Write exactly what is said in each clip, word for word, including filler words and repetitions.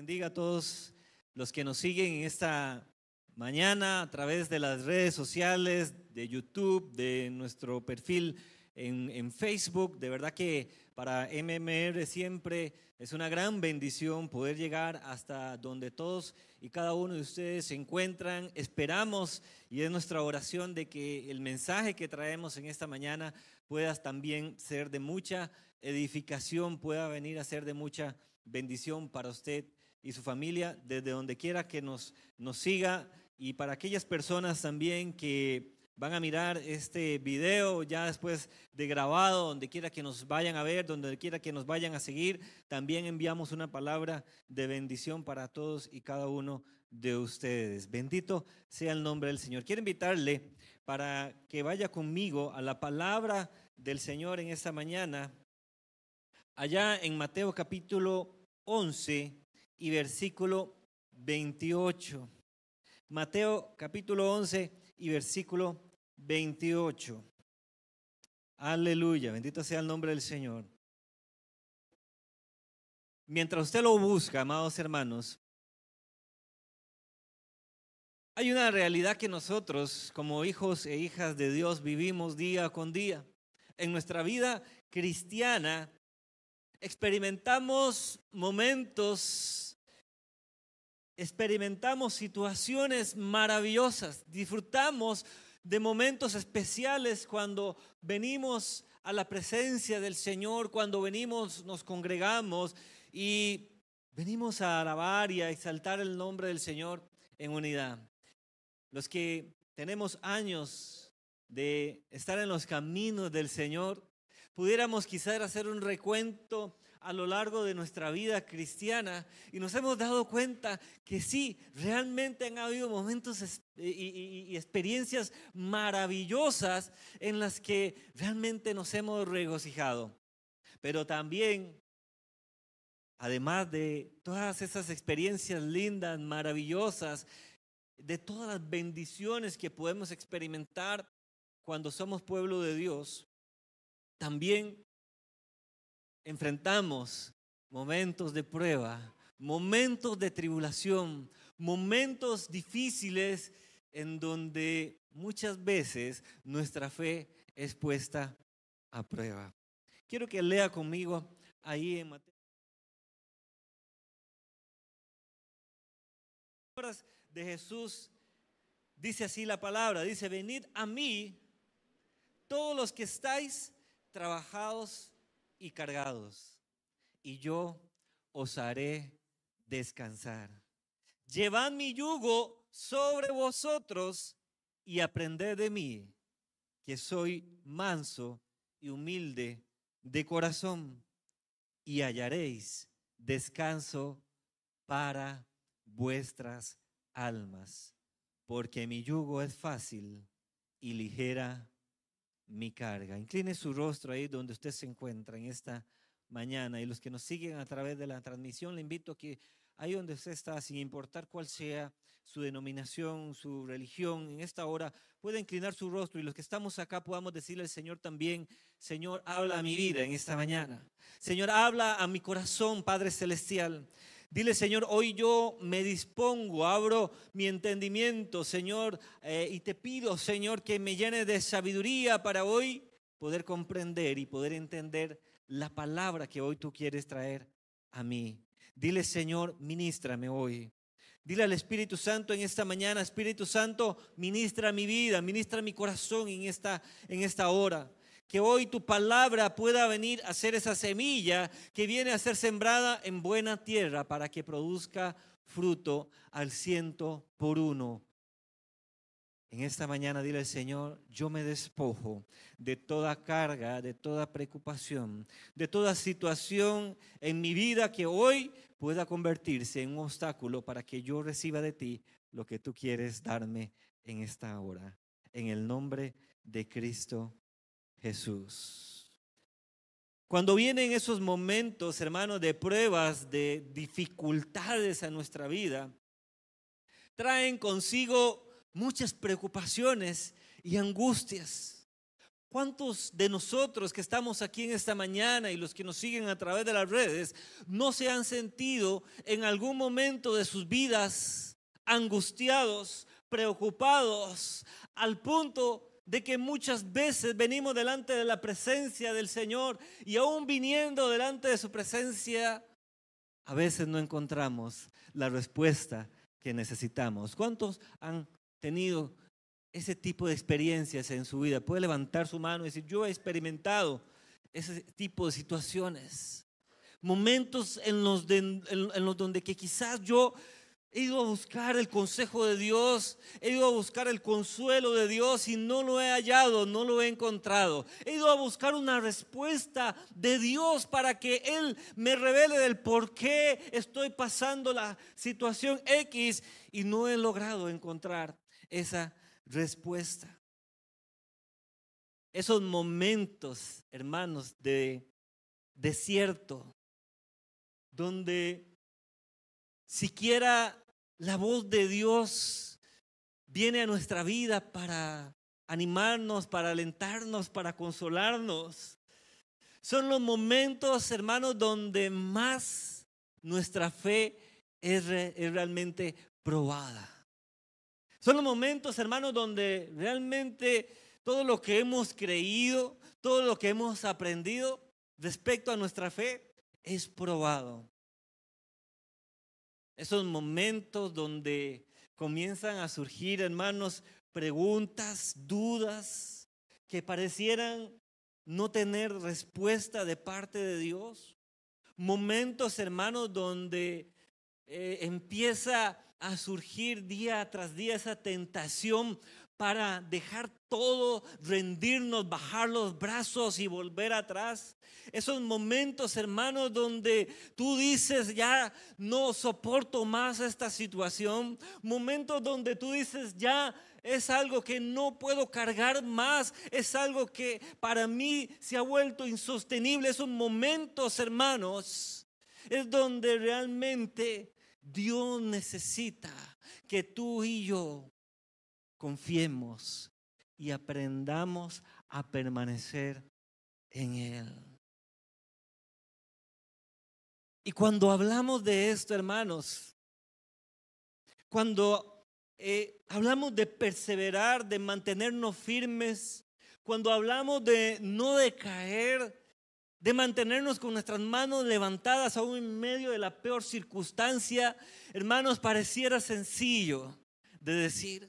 bendiga a todos los que nos siguen en esta mañana a través de las redes sociales, de YouTube, de nuestro perfil en, en Facebook. De verdad que para M M R siempre es una gran bendición poder llegar hasta donde todos y cada uno de ustedes se encuentran. Esperamos y es nuestra oración de que el mensaje que traemos en esta mañana pueda también ser de mucha edificación, pueda venir a ser de mucha bendición para usted y su familia desde donde quiera que nos, nos siga, y para aquellas personas también que van a mirar este video ya después de grabado, donde quiera que nos vayan a ver, donde quiera que nos vayan a seguir, también enviamos una palabra de bendición para todos y cada uno de ustedes. Bendito sea el nombre del Señor. Quiero invitarle para que vaya conmigo a la palabra del Señor en esta mañana, allá en Mateo capítulo once y versículo veintiocho. Mateo capítulo once y versículo veintiocho. Aleluya, bendito sea el nombre del Señor. Mientras usted lo busca, amados hermanos, hay una realidad que nosotros como hijos e hijas de Dios vivimos día con día. En nuestra vida cristiana experimentamos momentos, experimentamos situaciones maravillosas, disfrutamos de momentos especiales cuando venimos a la presencia del Señor, cuando venimos, nos congregamos y venimos a alabar y a exaltar el nombre del Señor en unidad. Los que tenemos años de estar en los caminos del Señor, pudiéramos quizás hacer un recuento a lo largo de nuestra vida cristiana y nos hemos dado cuenta que sí, realmente han habido momentos y, y, y experiencias maravillosas en las que realmente nos hemos regocijado. Pero también, además de todas esas experiencias lindas, maravillosas, de todas las bendiciones que podemos experimentar cuando somos pueblo de Dios, también enfrentamos momentos de prueba, momentos de tribulación, momentos difíciles en donde muchas veces nuestra fe es puesta a prueba. Quiero que lea conmigo ahí en Mateo. De Jesús dice así la palabra, dice: venid a mí todos los que estáis trabajados y cargados, y yo os haré descansar. Llevad mi yugo sobre vosotros y aprended de mí, que soy manso y humilde de corazón, y hallaréis descanso para vuestras almas, porque mi yugo es fácil y ligera mi carga. Incline su rostro ahí donde usted se encuentra en esta mañana, y los que nos siguen a través de la transmisión, le invito a que ahí donde usted está, sin importar cuál sea su denominación, su religión, en esta hora pueda inclinar su rostro, y los que estamos acá podamos decirle al Señor también: Señor, habla a mi vida en esta mañana. Señor, habla a mi corazón, Padre Celestial. Dile: Señor, hoy yo me dispongo, abro mi entendimiento, Señor, eh, y te pido, Señor, que me llene de sabiduría para hoy poder comprender y poder entender la palabra que hoy tú quieres traer a mí. Dile: Señor, ministrame hoy. Dile al Espíritu Santo en esta mañana: Espíritu Santo, ministra mi vida, ministra mi corazón en esta, en esta hora. Que hoy tu palabra pueda venir a ser esa semilla que viene a ser sembrada en buena tierra para que produzca fruto al ciento por uno. En esta mañana dile al Señor: yo me despojo de toda carga, de toda preocupación, de toda situación en mi vida que hoy pueda convertirse en un obstáculo para que yo reciba de ti lo que tú quieres darme en esta hora. En el nombre de Cristo Jesús. Cuando vienen esos momentos, hermanos, de pruebas, de dificultades a nuestra vida, traen consigo muchas preocupaciones y angustias. ¿Cuántos de nosotros que estamos aquí en esta mañana y los que nos siguen a través de las redes no se han sentido en algún momento de sus vidas angustiados, preocupados, al punto de que muchas veces venimos delante de la presencia del Señor y aún viniendo delante de su presencia, a veces no encontramos la respuesta que necesitamos? ¿Cuántos han tenido ese tipo de experiencias en su vida? Puede levantar su mano y decir: yo he experimentado ese tipo de situaciones, momentos en los, de, en, en los donde que quizás yo he ido a buscar el consejo de Dios, he ido a buscar el consuelo de Dios y no lo he hallado, no lo he encontrado. He ido a buscar una respuesta de Dios para que Él me revele del por qué estoy pasando la situación X y no he logrado encontrar esa respuesta. Esos momentos, hermanos, de desierto, donde siquiera la voz de Dios viene a nuestra vida para animarnos, para alentarnos, para consolarnos. Son los momentos, hermanos, donde más nuestra fe es, re, es realmente probada. Son los momentos, hermanos, donde realmente todo lo que hemos creído, todo lo que hemos aprendido respecto a nuestra fe es probado. Esos momentos donde comienzan a surgir, hermanos, preguntas, dudas que parecieran no tener respuesta de parte de Dios. Momentos, hermanos, donde eh, empieza a surgir día tras día esa tentación para dejar todo, rendirnos, bajar los brazos y volver atrás. Esos momentos, hermanos, donde tú dices: ya no soporto más esta situación. Momentos donde tú dices: ya es algo que no puedo cargar más. Es algo que para mí se ha vuelto insostenible. Esos momentos, hermanos, es donde realmente Dios necesita que tú y yo confiemos y aprendamos a permanecer en Él. Y cuando hablamos de esto, hermanos, cuando eh, hablamos de perseverar, de mantenernos firmes, cuando hablamos de no decaer, de mantenernos con nuestras manos levantadas aún en medio de la peor circunstancia, hermanos, pareciera sencillo de decir,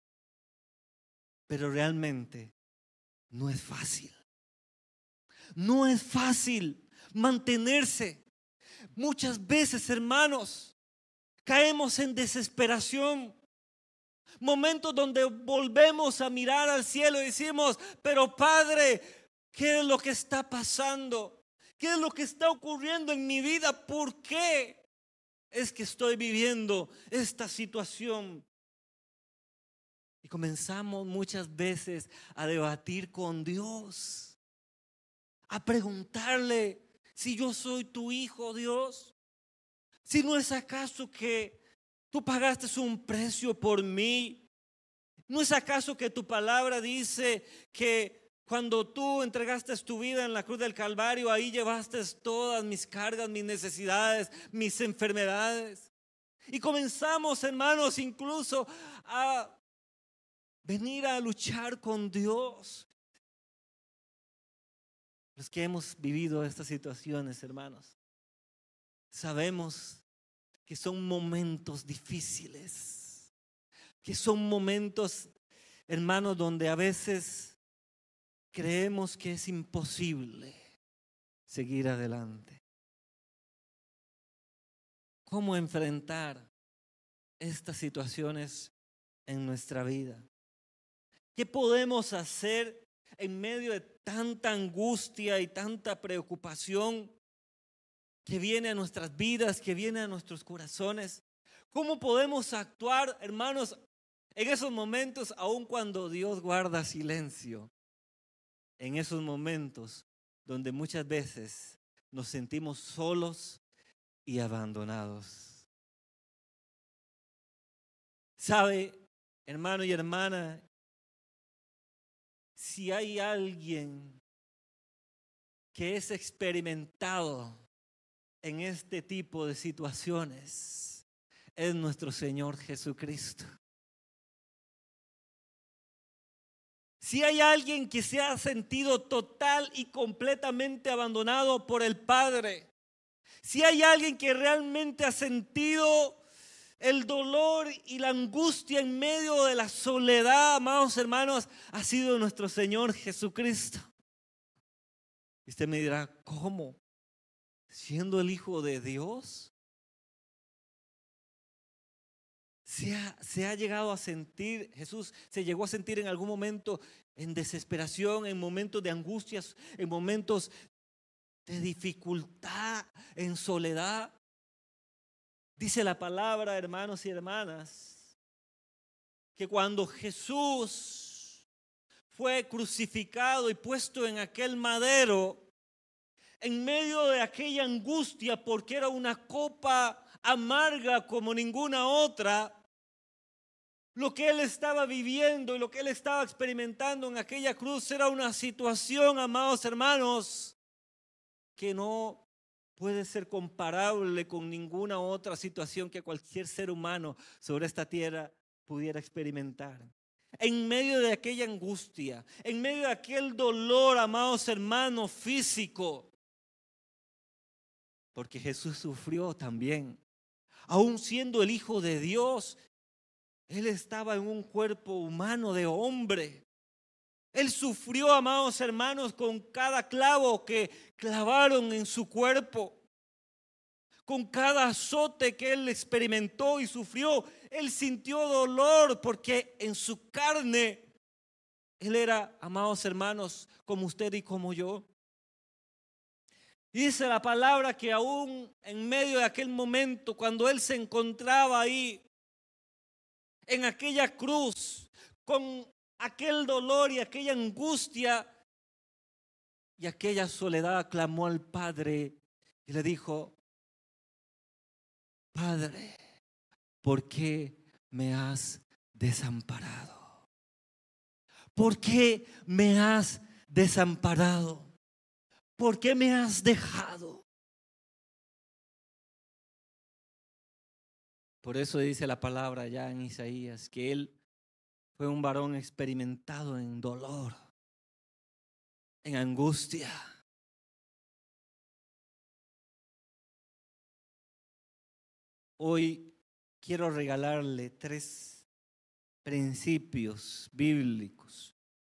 pero realmente no es fácil. No es fácil mantenerse. Muchas veces, hermanos, caemos en desesperación. Momentos donde volvemos a mirar al cielo y decimos: pero Padre, ¿qué es lo que está pasando? ¿Qué es lo que está ocurriendo en mi vida? ¿Por qué es que estoy viviendo esta situación? Y comenzamos muchas veces a debatir con Dios, a preguntarle: si yo soy tu hijo, Dios, si no es acaso que tú pagaste un precio por mí, no es acaso que tu palabra dice que cuando tú entregaste tu vida en la cruz del Calvario, ahí llevaste todas mis cargas, mis necesidades, mis enfermedades. Y comenzamos, hermanos, incluso a venir a luchar con Dios. Los que hemos vivido estas situaciones, hermanos, sabemos que son momentos difíciles, que son momentos, hermanos, donde a veces creemos que es imposible seguir adelante. ¿Cómo enfrentar estas situaciones en nuestra vida? ¿Qué podemos hacer en medio de tanta angustia y tanta preocupación que viene a nuestras vidas, que viene a nuestros corazones? ¿Cómo podemos actuar, hermanos, en esos momentos, aun cuando Dios guarda silencio? En esos momentos donde muchas veces nos sentimos solos y abandonados. ¿Sabe, hermano y hermana? Si hay alguien que es experimentado en este tipo de situaciones, es nuestro Señor Jesucristo. Si hay alguien que se ha sentido total y completamente abandonado por el Padre, si hay alguien que realmente ha sentido el dolor y la angustia en medio de la soledad, amados hermanos, ha sido nuestro Señor Jesucristo. Y usted me dirá, ¿cómo? ¿Siendo el Hijo de Dios? Se ha, se ha llegado a sentir, Jesús se llegó a sentir en algún momento en desesperación, en momentos de angustias, en momentos de dificultad, en soledad. Dice la palabra, hermanos y hermanas, que cuando Jesús fue crucificado y puesto en aquel madero, en medio de aquella angustia, porque era una copa amarga como ninguna otra, lo que él estaba viviendo y lo que él estaba experimentando en aquella cruz era una situación, amados hermanos, que no puede ser comparable con ninguna otra situación que cualquier ser humano sobre esta tierra pudiera experimentar. En medio de aquella angustia, en medio de aquel dolor, amados hermanos, físico, porque Jesús sufrió también, aún siendo el Hijo de Dios. Él estaba en un cuerpo humano de hombre. Él sufrió, amados hermanos, con cada clavo que clavaron en su cuerpo, con cada azote que él experimentó y sufrió. Él sintió dolor porque en su carne él era, amados hermanos, como usted y como yo. Dice la palabra que aún en medio de aquel momento, cuando él se encontraba ahí en aquella cruz, con aquel dolor y aquella angustia y aquella soledad, clamó al Padre y le dijo: Padre, ¿por qué me has desamparado? ¿Por qué me has desamparado? ¿Por qué me has dejado? Por eso dice la palabra ya en Isaías que él fue un varón experimentado en dolor, en angustia. Hoy quiero regalarle tres principios bíblicos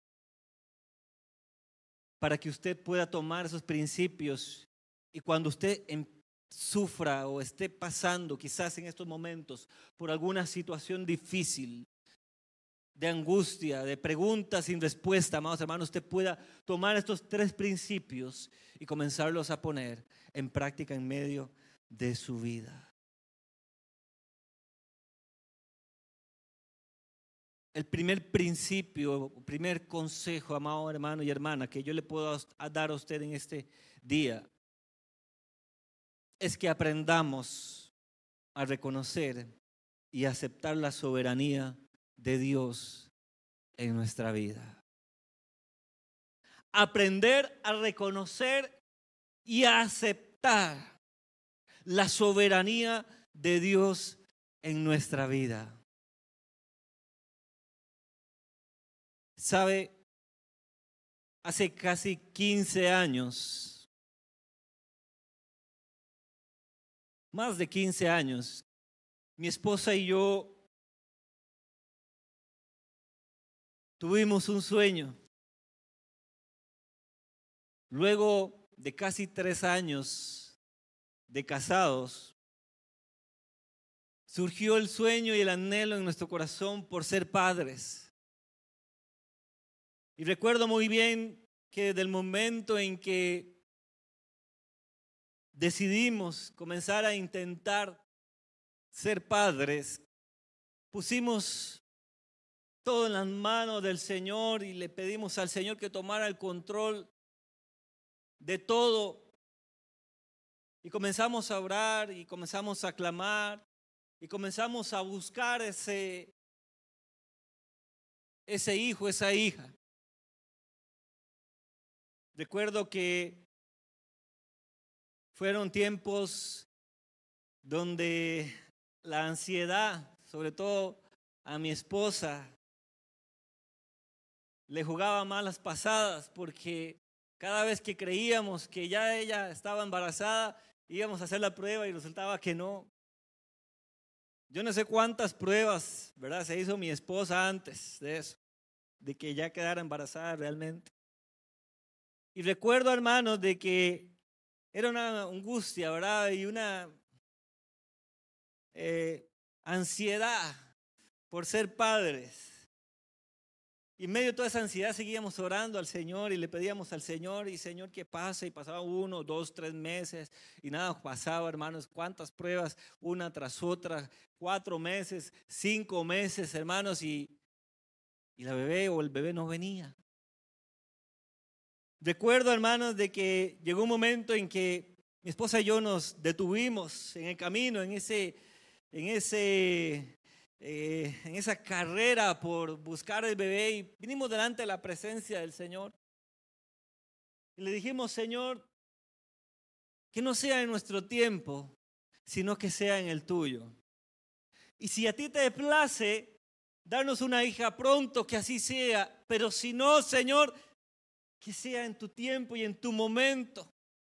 para que usted pueda tomar esos principios y cuando usted sufra o esté pasando quizás en estos momentos por alguna situación difícil, de angustia, de preguntas sin respuesta, amados hermanos, usted pueda tomar estos tres principios y comenzarlos a poner en práctica en medio de su vida. El primer principio, el primer consejo, amado hermano y hermana, que yo le puedo dar a usted en este día, es que aprendamos a reconocer y aceptar la soberanía de Dios en nuestra vida. Aprender a reconocer y a aceptar la soberanía de Dios en nuestra vida. ¿Sabe? Hace casi quince años, más de quince años, mi esposa y yo tuvimos un sueño. Luego de casi tres años de casados, surgió el sueño y el anhelo en nuestro corazón por ser padres. Y recuerdo muy bien que desde el momento en que decidimos comenzar a intentar ser padres, pusimos todo en las manos del Señor y le pedimos al Señor que tomara el control de todo. Y comenzamos a orar y comenzamos a clamar y comenzamos a buscar ese, ese hijo, esa hija. Recuerdo que fueron tiempos donde la ansiedad, sobre todo a mi esposa, le jugaba malas pasadas porque cada vez que creíamos que ya ella estaba embarazada, íbamos a hacer la prueba y resultaba que no. Yo no sé cuántas pruebas, ¿verdad? Se hizo mi esposa antes de eso, de que ya quedara embarazada realmente. Y recuerdo, hermanos, de que era una angustia, ¿verdad? Y una eh, ansiedad por ser padres. Y en medio de toda esa ansiedad seguíamos orando al Señor y le pedíamos al Señor, y Señor, ¿qué pasa? Y pasaba uno, dos, tres meses y nada pasaba, hermanos. ¿Cuántas pruebas? Una tras otra, cuatro meses, cinco meses, hermanos, y, y la bebé o el bebé no venía. Recuerdo, hermanos, de que llegó un momento en que mi esposa y yo nos detuvimos en el camino, en ese, en ese, eh, en esa carrera por buscar el bebé, y vinimos delante de la presencia del Señor. Y le dijimos, Señor, que no sea en nuestro tiempo, sino que sea en el tuyo. Y si a ti te place darnos una hija pronto, que así sea. Pero si no, Señor, que sea en tu tiempo y en tu momento.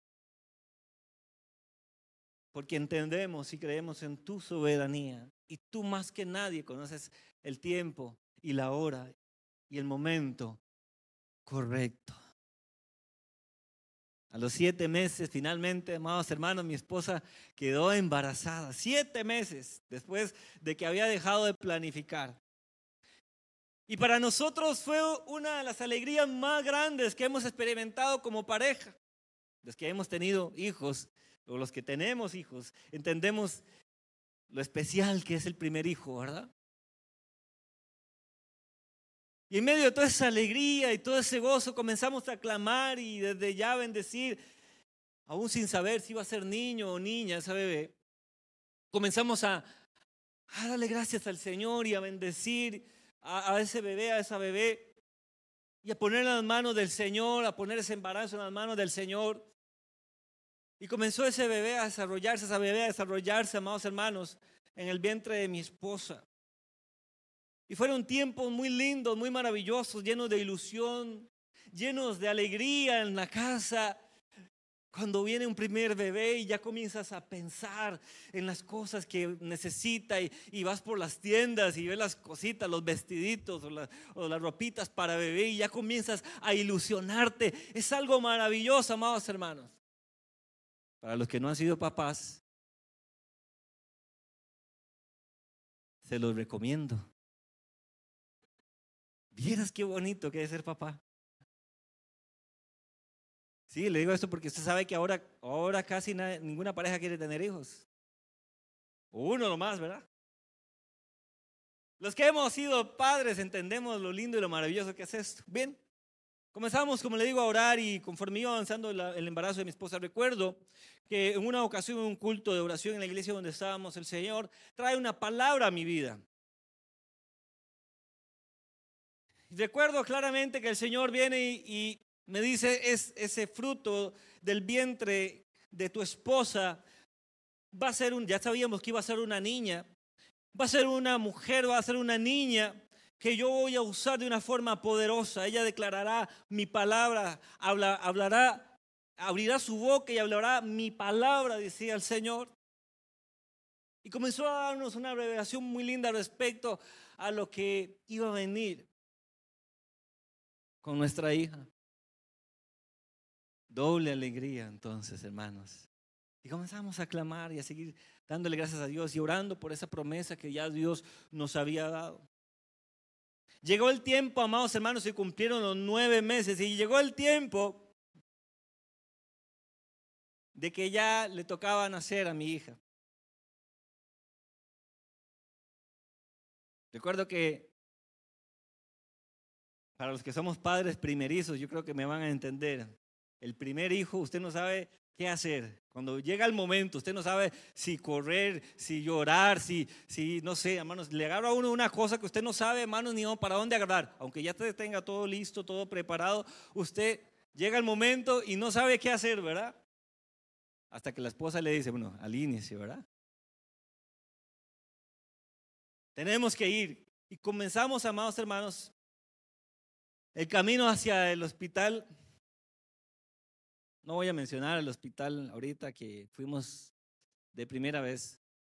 Porque entendemos y creemos en tu soberanía. Y tú más que nadie conoces el tiempo y la hora y el momento correcto. A los siete meses, finalmente, amados hermanos, mi esposa quedó embarazada. Siete meses después de que había dejado de planificar. Y para nosotros fue una de las alegrías más grandes que hemos experimentado como pareja. Los que hemos tenido hijos, o los que tenemos hijos, entendemos lo especial que es el primer hijo, ¿verdad? Y en medio de toda esa alegría y todo ese gozo comenzamos a clamar y desde ya bendecir, aún sin saber si iba a ser niño o niña esa bebé. Comenzamos a, a darle gracias al Señor y a bendecir a, a ese bebé, a esa bebé, y a poner en las manos del Señor, a poner ese embarazo en las manos del Señor. Y comenzó ese bebé a desarrollarse, esa bebé a desarrollarse, amados hermanos, en el vientre de mi esposa. Y fueron tiempos muy lindos, muy maravillosos, llenos de ilusión, llenos de alegría en la casa. Cuando viene un primer bebé y ya comienzas a pensar en las cosas que necesita y, y vas por las tiendas y ves las cositas, los vestiditos o, la, o las ropitas para bebé y ya comienzas a ilusionarte. Es algo maravilloso, amados hermanos. Para los que no han sido papás, se los recomiendo. Vieras qué bonito que es ser papá. Sí, le digo esto porque usted sabe que ahora, ahora casi na, ninguna pareja quiere tener hijos. Uno nomás, ¿verdad? Los que hemos sido padres entendemos lo lindo y lo maravilloso que es esto. Bien, comenzamos, como le digo, a orar y conforme iba avanzando la, el embarazo de mi esposa, recuerdo que en una ocasión en un culto de oración en la iglesia donde estábamos, el Señor trae una palabra a mi vida. Recuerdo claramente que el Señor viene y, y me dice, es ese fruto del vientre de tu esposa va a ser un, ya sabíamos que iba a ser una niña, va a ser una mujer, va a ser una niña que yo voy a usar de una forma poderosa. Ella declarará mi palabra, habla, hablará, abrirá su boca y hablará mi palabra, decía el Señor. Y comenzó a darnos una revelación muy linda respecto a lo que iba a venir con nuestra hija. Doble alegría entonces, hermanos. Y comenzamos a clamar y a seguir dándole gracias a Dios y orando por esa promesa que ya Dios nos había dado. Llegó el tiempo, amados hermanos, y cumplieron los nueve meses. Y llegó el tiempo de que ya le tocaba nacer a mi hija. Recuerdo que para los que somos padres primerizos, yo creo que me van a entender. El primer hijo, usted no sabe qué hacer. Cuando llega el momento, usted no sabe si correr, si llorar, si, si no sé, hermanos, le agarra a uno una cosa que usted no sabe, hermanos, ni para dónde agarrar. Aunque ya te tenga todo listo, todo preparado, usted llega el momento y no sabe qué hacer, ¿verdad? Hasta que la esposa le dice, bueno, alíñese, ¿verdad? Tenemos que ir. Y comenzamos, amados hermanos, el camino hacia el hospital. No voy a mencionar el hospital ahorita que fuimos de primera vez.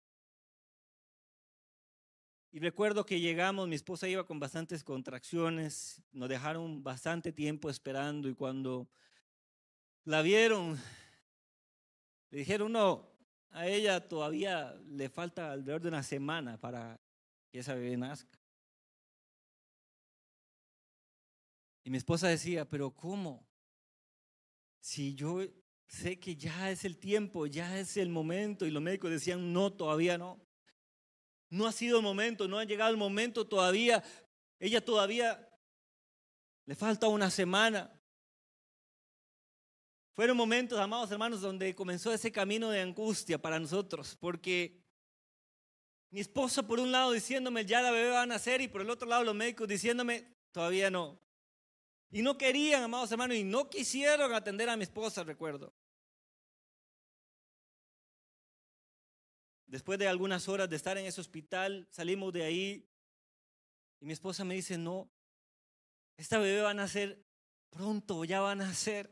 Y recuerdo que llegamos, mi esposa iba con bastantes contracciones, nos dejaron bastante tiempo esperando y cuando la vieron, le dijeron, no, a ella todavía le falta alrededor de una semana para que esa bebé nazca. Y mi esposa decía, pero ¿cómo? Si yo sé que ya es el tiempo, ya es el momento. Y los médicos decían, no, todavía no. No ha sido el momento, no ha llegado el momento todavía. Ella todavía le falta una semana. Fueron momentos, amados hermanos, donde comenzó ese camino de angustia para nosotros. Porque mi esposa por un lado diciéndome, ya la bebé va a nacer. Y por el otro lado los médicos diciéndome, todavía no. Y no querían, amados hermanos, y no quisieron atender a mi esposa, recuerdo. Después de algunas horas de estar en ese hospital, salimos de ahí y mi esposa me dice, no, esta bebé va a nacer pronto, ya va a nacer.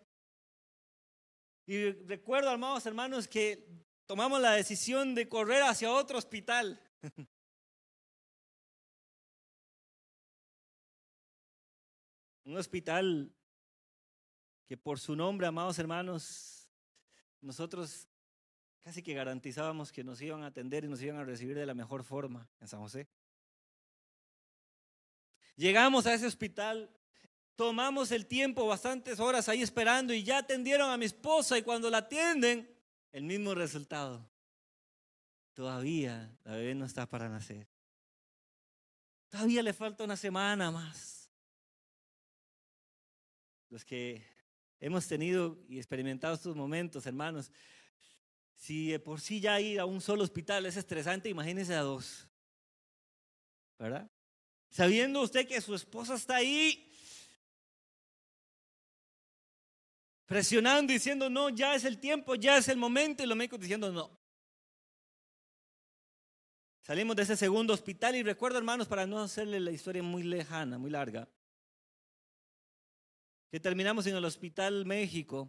Y recuerdo, amados hermanos, que tomamos la decisión de correr hacia otro hospital. Un hospital que por su nombre, amados hermanos, nosotros casi que garantizábamos que nos iban a atender y nos iban a recibir de la mejor forma en San José. Llegamos a ese hospital, tomamos el tiempo, bastantes horas ahí esperando y ya atendieron a mi esposa y cuando la atienden, el mismo resultado. Todavía la bebé no está para nacer. Todavía le falta una semana más. Los que hemos tenido y experimentado estos momentos, hermanos, si de por sí ya ir a un solo hospital es estresante, imagínese a dos, ¿verdad? Sabiendo usted que su esposa está ahí presionando, diciendo no, ya es el tiempo, ya es el momento, y los médicos diciendo no. Salimos de ese segundo hospital y recuerdo, hermanos, para no hacerle la historia muy lejana, muy larga, que terminamos en el Hospital México.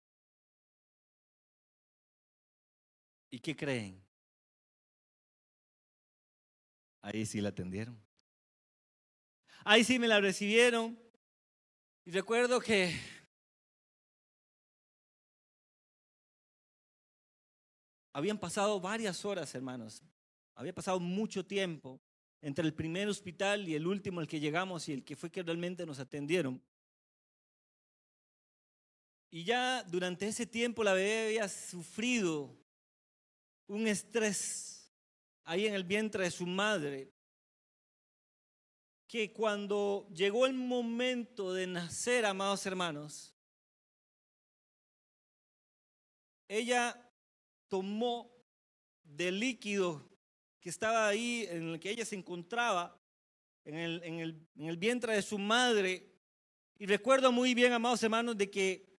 ¿Y qué creen? Ahí sí la atendieron. Ahí sí me la recibieron. Y recuerdo que habían pasado varias horas, hermanos. Había pasado mucho tiempo entre el primer hospital y el último al que llegamos y el que fue que realmente nos atendieron. Y ya durante ese tiempo la bebé había sufrido un estrés ahí en el vientre de su madre, que cuando llegó el momento de nacer, amados hermanos, ella tomó del líquido que estaba ahí, en el que ella se encontraba, en el, en el, en el vientre de su madre. Y recuerdo muy bien, amados hermanos, de que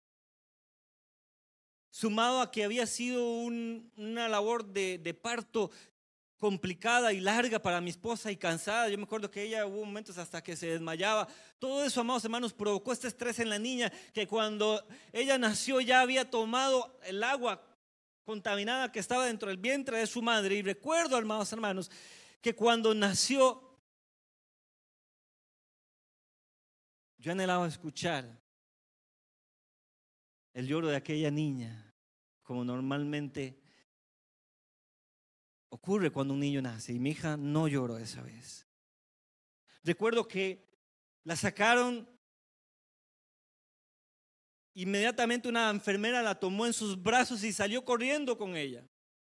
sumado a que había sido un, una labor de, de parto complicada y larga para mi esposa y cansada. Yo me acuerdo que ella hubo momentos hasta que se desmayaba. Todo eso, amados hermanos, provocó este estrés en la niña, que cuando ella nació ya había tomado el agua contaminada que estaba dentro del vientre de su madre. Y recuerdo, amados hermanos, que cuando nació, yo anhelaba escuchar el lloro de aquella niña, como normalmente ocurre cuando un niño nace. Y mi hija no lloró esa vez. Recuerdo que la sacaron, inmediatamente una enfermera la tomó en sus brazos y salió corriendo con ella.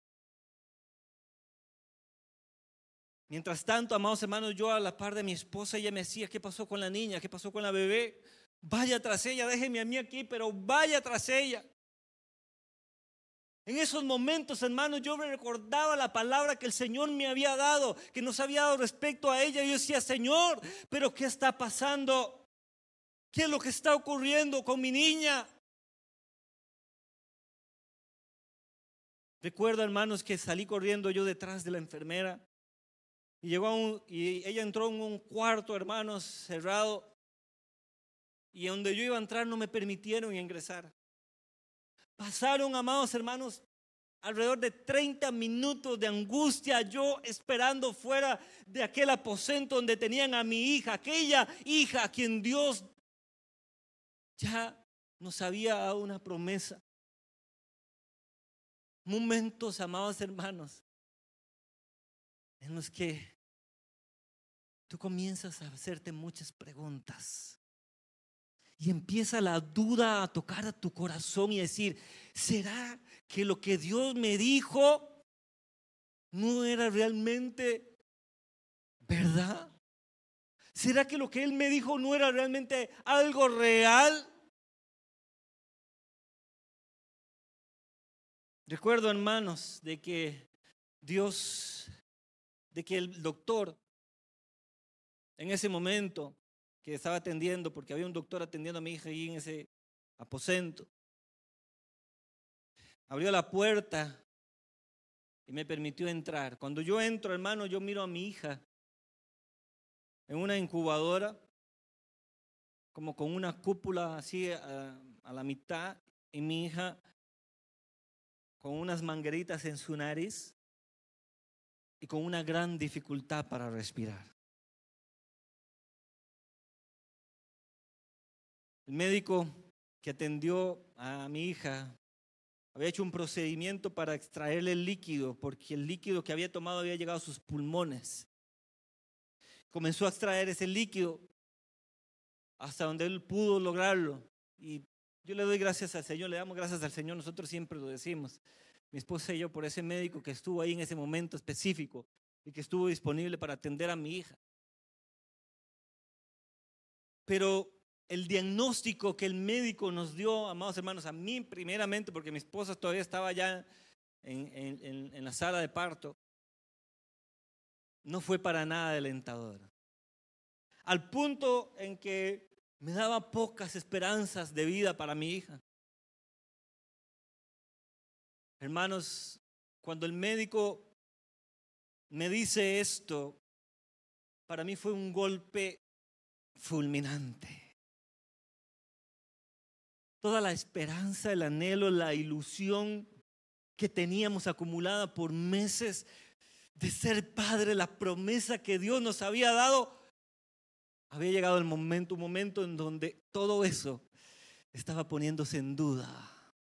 Mientras tanto, amados hermanos, yo a la par de mi esposa, ella me decía, ¿qué pasó con la niña? ¿Qué pasó con la bebé? Vaya tras ella, déjeme a mí aquí, pero vaya tras ella. En esos momentos, hermanos, yo me recordaba la palabra que el Señor me había dado, que nos había dado respecto a ella. Y yo decía, Señor, ¿pero qué está pasando? ¿Qué es lo que está ocurriendo con mi niña? Recuerdo, hermanos, que salí corriendo yo detrás de la enfermera y llegó a un, y ella entró en un cuarto, hermanos, cerrado, y donde yo iba a entrar no me permitieron ingresar. Pasaron, amados hermanos, alrededor de treinta minutos de angustia, yo esperando fuera de aquel aposento donde tenían a mi hija, aquella hija a quien Dios ya nos había dado una promesa. Momentos, amados hermanos, en los que tú comienzas a hacerte muchas preguntas y empieza la duda a tocar a tu corazón y decir, ¿será que lo que Dios me dijo no era realmente verdad? ¿Será que lo que Él me dijo no era realmente algo real? Recuerdo, hermanos, de que Dios, de que el doctor en ese momento que estaba atendiendo, porque había un doctor atendiendo a mi hija ahí en ese aposento, abrió la puerta y me permitió entrar. Cuando yo entro, hermano, yo miro a mi hija en una incubadora, como con una cúpula así a, a la mitad, y mi hija con unas mangueritas en su nariz y con una gran dificultad para respirar. El médico que atendió a mi hija había hecho un procedimiento para extraerle el líquido, porque el líquido que había tomado había llegado a sus pulmones. Comenzó a extraer ese líquido hasta donde él pudo lograrlo. Y yo le doy gracias al Señor, le damos gracias al Señor, nosotros siempre lo decimos, mi esposa y yo, por ese médico que estuvo ahí en ese momento específico y que estuvo disponible para atender a mi hija. Pero el diagnóstico que el médico nos dio, amados hermanos, a mí primeramente, porque mi esposa todavía estaba ya en, en, en la sala de parto, no fue para nada alentador. Al punto en que me daba pocas esperanzas de vida para mi hija. Hermanos, cuando el médico me dice esto, para mí fue un golpe fulminante. Toda la esperanza, el anhelo, la ilusión que teníamos acumulada por meses de ser padre, la promesa que Dios nos había dado, había llegado el momento, un momento en donde todo eso estaba poniéndose en duda.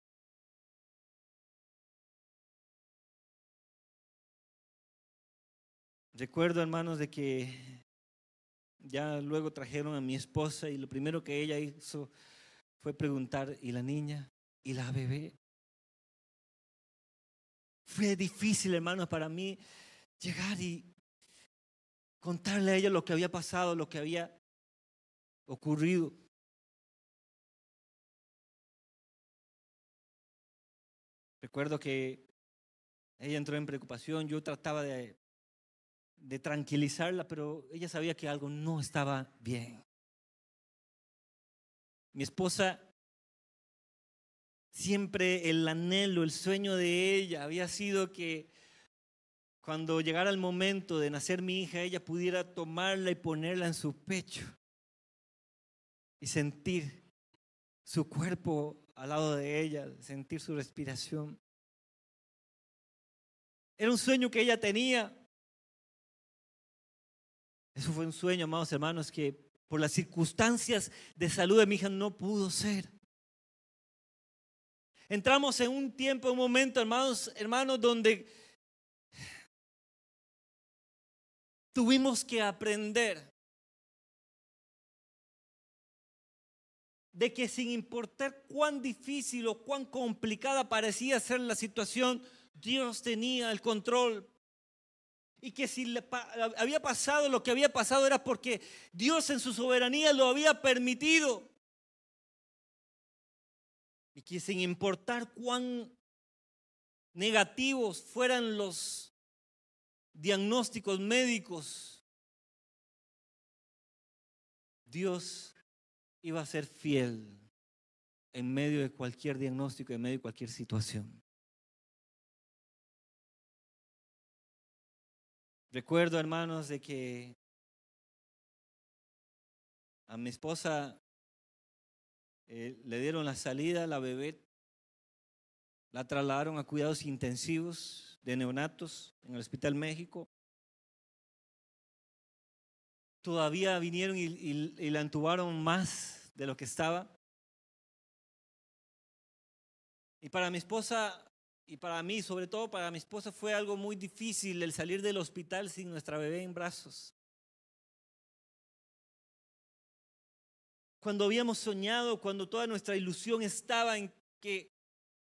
Recuerdo, hermanos, de que ya luego trajeron a mi esposa y lo primero que ella hizo fue preguntar, ¿y la niña? ¿Y la bebé? Fue difícil, hermanos, para mí llegar y contarle a ella lo que había pasado, lo que había ocurrido. Recuerdo que ella entró en preocupación, yo trataba de, de tranquilizarla, pero ella sabía que algo no estaba bien. Mi esposa, siempre el anhelo, el sueño de ella había sido que cuando llegara el momento de nacer mi hija, ella pudiera tomarla y ponerla en su pecho y sentir su cuerpo al lado de ella, sentir su respiración. Era un sueño que ella tenía. Eso fue un sueño, amados hermanos, que por las circunstancias de salud de mi hija no pudo ser. Entramos en un tiempo, un momento, hermanos, hermanos, donde tuvimos que aprender de que sin importar cuán difícil o cuán complicada parecía ser la situación, Dios tenía el control. Y que si le pa- había pasado lo que había pasado era porque Dios en su soberanía lo había permitido. Y que sin importar cuán negativos fueran los diagnósticos médicos, Dios iba a ser fiel en medio de cualquier diagnóstico, en medio de cualquier situación. Recuerdo, hermanos, de que a mi esposa eh, le dieron la salida, la bebé la trasladaron a cuidados intensivos de neonatos en el Hospital México. Todavía vinieron y, y, y la entubaron más de lo que estaba. Y para mi esposa y para mí, sobre todo para mi esposa, fue algo muy difícil el salir del hospital sin nuestra bebé en brazos. Cuando habíamos soñado, cuando toda nuestra ilusión estaba en que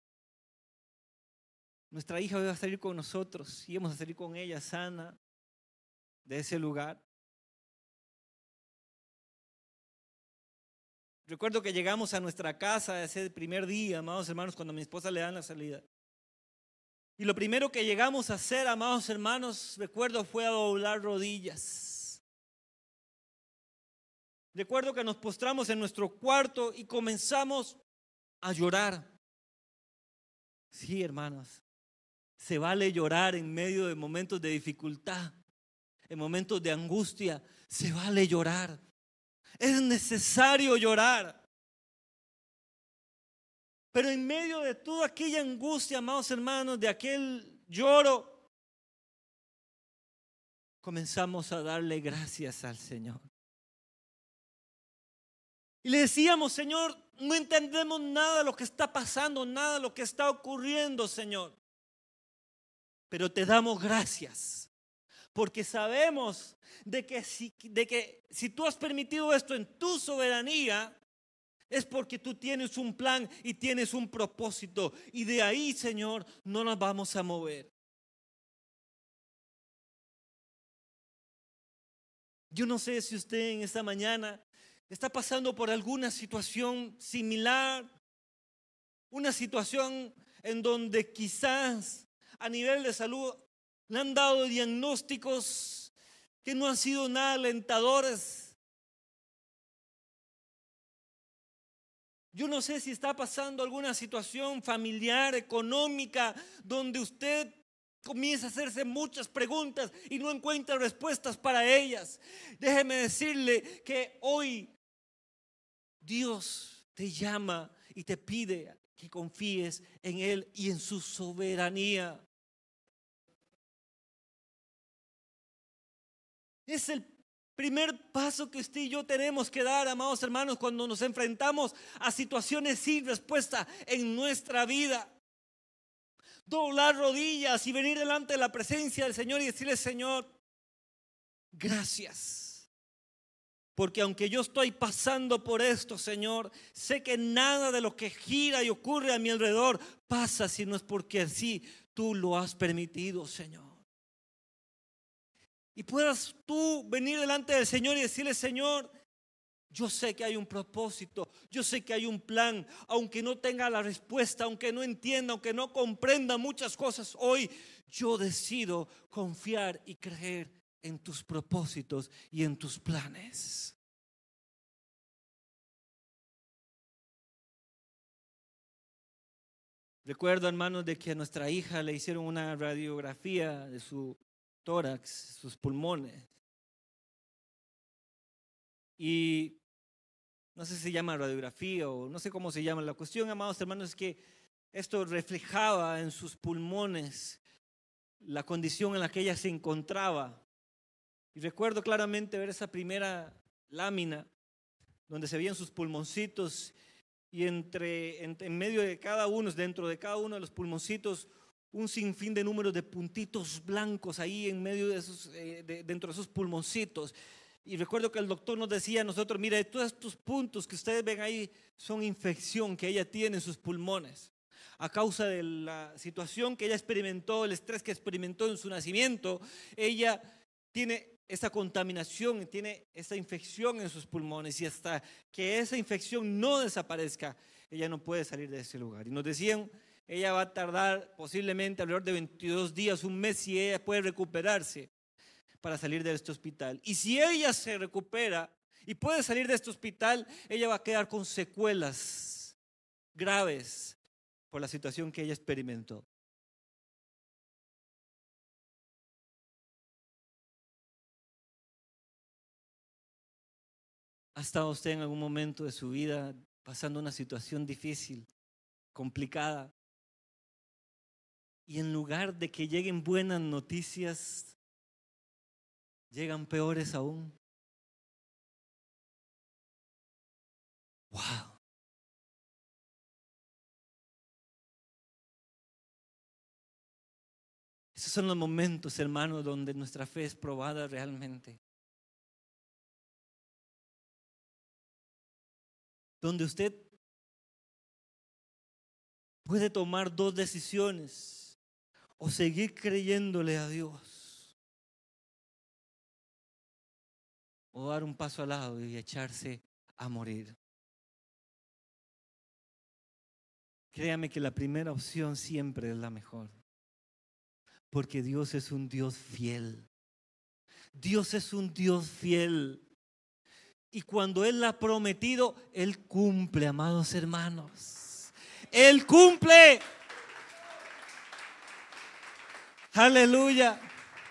nuestra hija iba a salir con nosotros, íbamos a salir con ella sana de ese lugar. Recuerdo que llegamos a nuestra casa ese primer día, amados hermanos, cuando a mi esposa le dan la salida. Y lo primero que llegamos a hacer, amados hermanos, recuerdo fue a doblar rodillas. Recuerdo que nos postramos en nuestro cuarto y comenzamos a llorar. Sí, hermanos, se vale llorar en medio de momentos de dificultad, en momentos de angustia, se vale llorar. Es necesario llorar. Pero en medio de toda aquella angustia, amados hermanos, de aquel lloro, comenzamos a darle gracias al Señor. Y le decíamos: Señor, no entendemos nada de lo que está pasando, nada de lo que está ocurriendo, Señor. Pero te damos gracias, porque sabemos de que si, de que si tú has permitido esto en tu soberanía, es porque tú tienes un plan y tienes un propósito. Y de ahí, Señor, no nos vamos a mover. Yo no sé si usted en esta mañana está pasando por alguna situación similar, una situación en donde quizás a nivel de salud le han dado diagnósticos que no han sido nada alentadores. Yo no sé si está pasando alguna situación familiar, económica, donde usted comienza a hacerse muchas preguntas y no encuentra respuestas para ellas. Déjeme decirle que hoy Dios te llama y te pide que confíes en Él y en su soberanía. Es el primer paso que usted y yo tenemos que dar, amados hermanos, cuando nos enfrentamos a situaciones sin respuesta en nuestra vida. Doblar rodillas y venir delante de la presencia del Señor y decirle: Señor, gracias. Porque aunque yo estoy pasando por esto, Señor, sé que nada de lo que gira y ocurre a mi alrededor pasa si no es porque así tú lo has permitido, Señor. Y puedas tú venir delante del Señor y decirle: Señor, yo sé que hay un propósito, yo sé que hay un plan, aunque no tenga la respuesta, aunque no entienda, aunque no comprenda muchas cosas, hoy yo decido confiar y creer en tus propósitos y en tus planes. Recuerdo, hermanos, de que a nuestra hija le hicieron una radiografía de su tórax, sus pulmones. Y no sé si se llama radiografía o no sé cómo se llama. La cuestión, amados hermanos, es que esto reflejaba en sus pulmones la condición en la que ella se encontraba. Y recuerdo claramente ver esa primera lámina donde se veían sus pulmoncitos y entre, en, en medio de cada uno, dentro de cada uno de los pulmoncitos, un sinfín de números de puntitos blancos ahí en medio de esos, eh, de, dentro de esos pulmoncitos. Y recuerdo que el doctor nos decía a nosotros: mire, todos estos puntos que ustedes ven ahí son infección que ella tiene en sus pulmones. A causa de la situación que ella experimentó, el estrés que experimentó en su nacimiento, ella tiene esa contaminación, tiene esa infección en sus pulmones. Y hasta que esa infección no desaparezca, ella no puede salir de ese lugar. Y nos decían: ella va a tardar posiblemente alrededor de veintidós días, un mes, si ella puede recuperarse para salir de este hospital. Y si ella se recupera, Y puede salir de este hospital, ella va a quedar con secuelas graves por la situación que ella experimentó. ¿Ha estado usted en algún momento de su vida pasando una situación difícil, complicada? Y en lugar de que lleguen buenas noticias, llegan peores aún. ¡Wow! Esos son los momentos, hermanos, donde nuestra fe es probada realmente. Donde usted puede tomar dos decisiones: o seguir creyéndole a Dios, o dar un paso al lado y echarse a morir. Créame que la primera opción siempre es la mejor, porque Dios es un Dios fiel. Dios es un Dios fiel. Y cuando Él ha prometido, Él cumple, amados hermanos. Él cumple. Aleluya.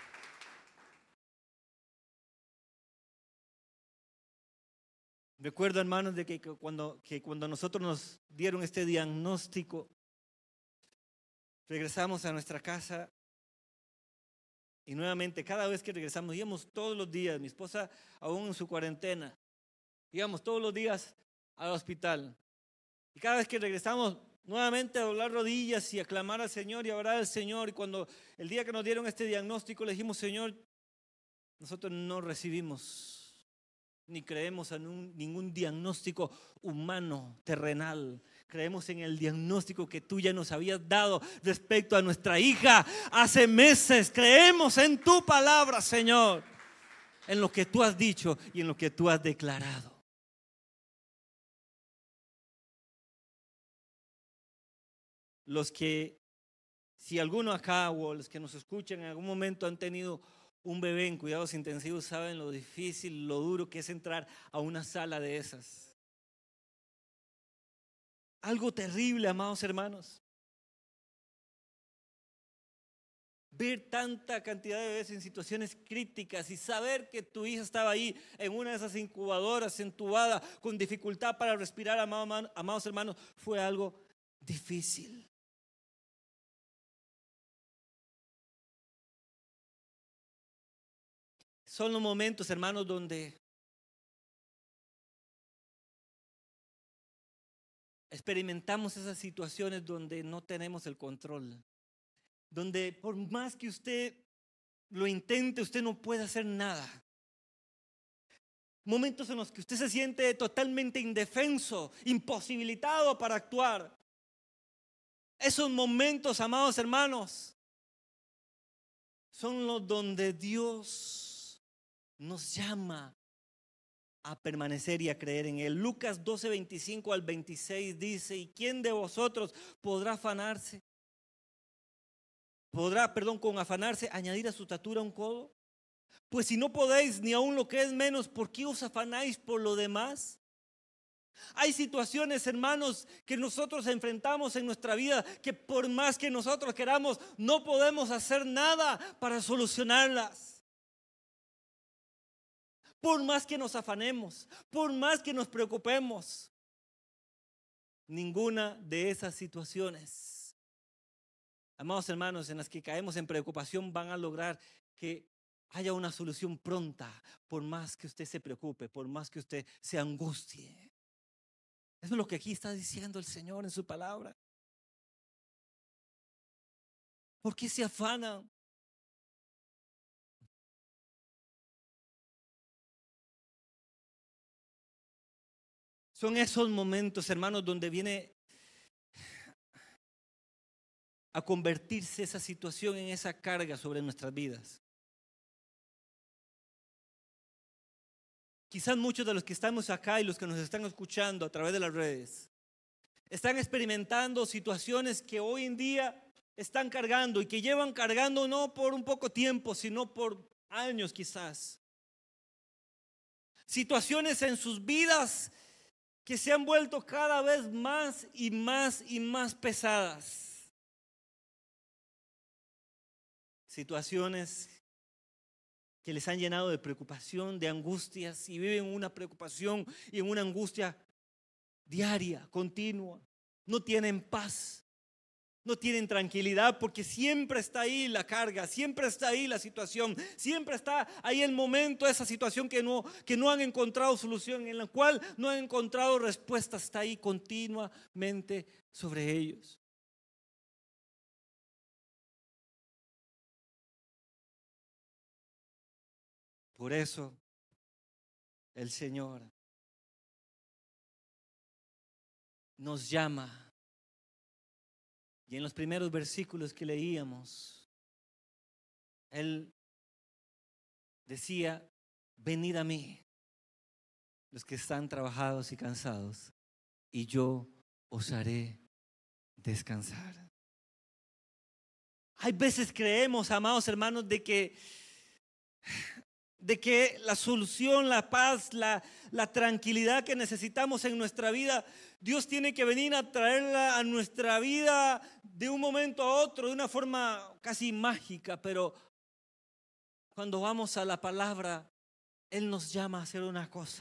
Recuerdo, hermanos, de que cuando, que cuando nosotros nos dieron este diagnóstico, regresamos a nuestra casa y nuevamente cada vez que regresamos, íbamos todos los días, mi esposa aún en su cuarentena, íbamos todos los días al hospital. Y cada vez que regresamos, nuevamente a doblar rodillas y a clamar al Señor y a orar al Señor. Y cuando el día que nos dieron este diagnóstico, le dijimos: Señor, nosotros no recibimos ni creemos en un, ningún diagnóstico humano, terrenal. Creemos en el diagnóstico que tú ya nos habías dado respecto a nuestra hija hace meses. Creemos en tu palabra, Señor, en lo que tú has dicho y en lo que tú has declarado. Los que, si alguno acá o los que nos escuchan en algún momento han tenido un bebé en cuidados intensivos, saben lo difícil, lo duro que es entrar a una sala de esas. Algo terrible, amados hermanos. Ver tanta cantidad de bebés en situaciones críticas y saber que tu hija estaba ahí en una de esas incubadoras, entubada, con dificultad para respirar, amados, amados hermanos, fue algo difícil. Son los momentos, hermanos, donde experimentamos esas situaciones donde no tenemos el control, donde por más que usted lo intente, usted no puede hacer nada. Momentos en los que usted se siente totalmente indefenso, imposibilitado para actuar. Esos momentos, amados hermanos, son los donde Dios nos llama a permanecer y a creer en Él. Lucas doce, veinticinco al veintiséis dice: ¿y quién de vosotros podrá afanarse? Podrá, perdón, con afanarse añadir a su estatura un codo. Pues si no podéis ni aun lo que es menos, ¿por qué os afanáis por lo demás? Hay situaciones, hermanos, que nosotros enfrentamos en nuestra vida que por más que nosotros queramos, no podemos hacer nada para solucionarlas. Por más que nos afanemos, por más que nos preocupemos, ninguna de esas situaciones, amados hermanos, en las que caemos en preocupación van a lograr que haya una solución pronta, por más que usted se preocupe, por más que usted se angustie. Eso es lo que aquí está diciendo el Señor en su palabra. ¿Por qué se afanan? Son esos momentos, hermanos, donde viene a convertirse esa situación en esa carga sobre nuestras vidas. Quizás muchos de los que estamos acá y los que nos están escuchando a través de las redes están experimentando situaciones que hoy en día están cargando y que llevan cargando no por un poco tiempo, sino por años quizás. situaciones en sus vidas que se han vuelto cada vez más y más y más pesadas. Situaciones que les han llenado de preocupación, de angustias, y viven una preocupación y en una angustia diaria, continua. No tienen paz, no tienen tranquilidad, porque siempre está ahí la carga, siempre está ahí la situación, siempre está ahí el momento, esa situación que no, que no han encontrado solución, en la cual no han encontrado respuesta, está ahí continuamente sobre ellos. Por eso el Señor nos llama. Y en los primeros versículos que leíamos, Él decía: venid a mí, los que están trabajados y cansados, y yo os haré descansar. Hay veces creemos, amados hermanos, de que, de que la solución, la paz, la, la tranquilidad que necesitamos en nuestra vida, Dios tiene que venir a traerla a nuestra vida de un momento a otro, de una forma casi mágica. Pero cuando vamos a la palabra, Él nos llama a hacer una cosa.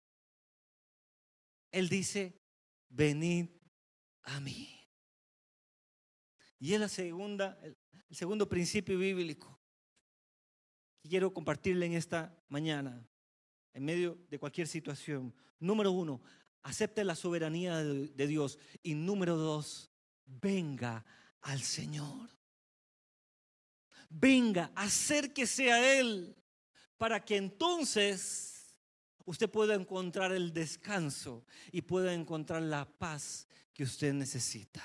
Él dice: venid a mí. Y es la segunda, el segundo principio bíblico que quiero compartirle en esta mañana, en medio de cualquier situación. Número uno, acepte la soberanía de, de Dios. Y número dos, venga al Señor. Venga, acérquese a Él, para que entonces usted pueda encontrar el descanso y pueda encontrar la paz que usted necesita.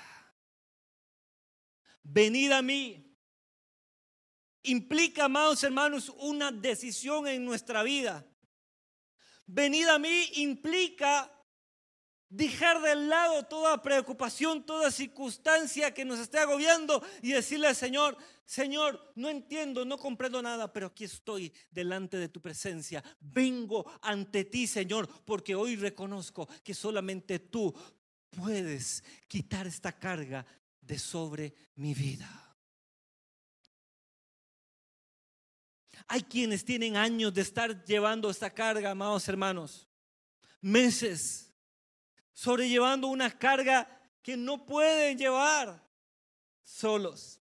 Venid a mí implica, amados hermanos, una decisión en nuestra vida. Venid a mí implica dejar de lado toda preocupación, toda circunstancia que nos esté agobiando y decirle al Señor: Señor, no entiendo, no comprendo nada, pero aquí estoy delante de tu presencia. Vengo ante ti, Señor, porque hoy reconozco que solamente tú puedes quitar esta carga de sobre mi vida. Hay quienes tienen años de estar llevando esta carga, amados hermanos, meses, sobrellevando una carga que no pueden llevar solos.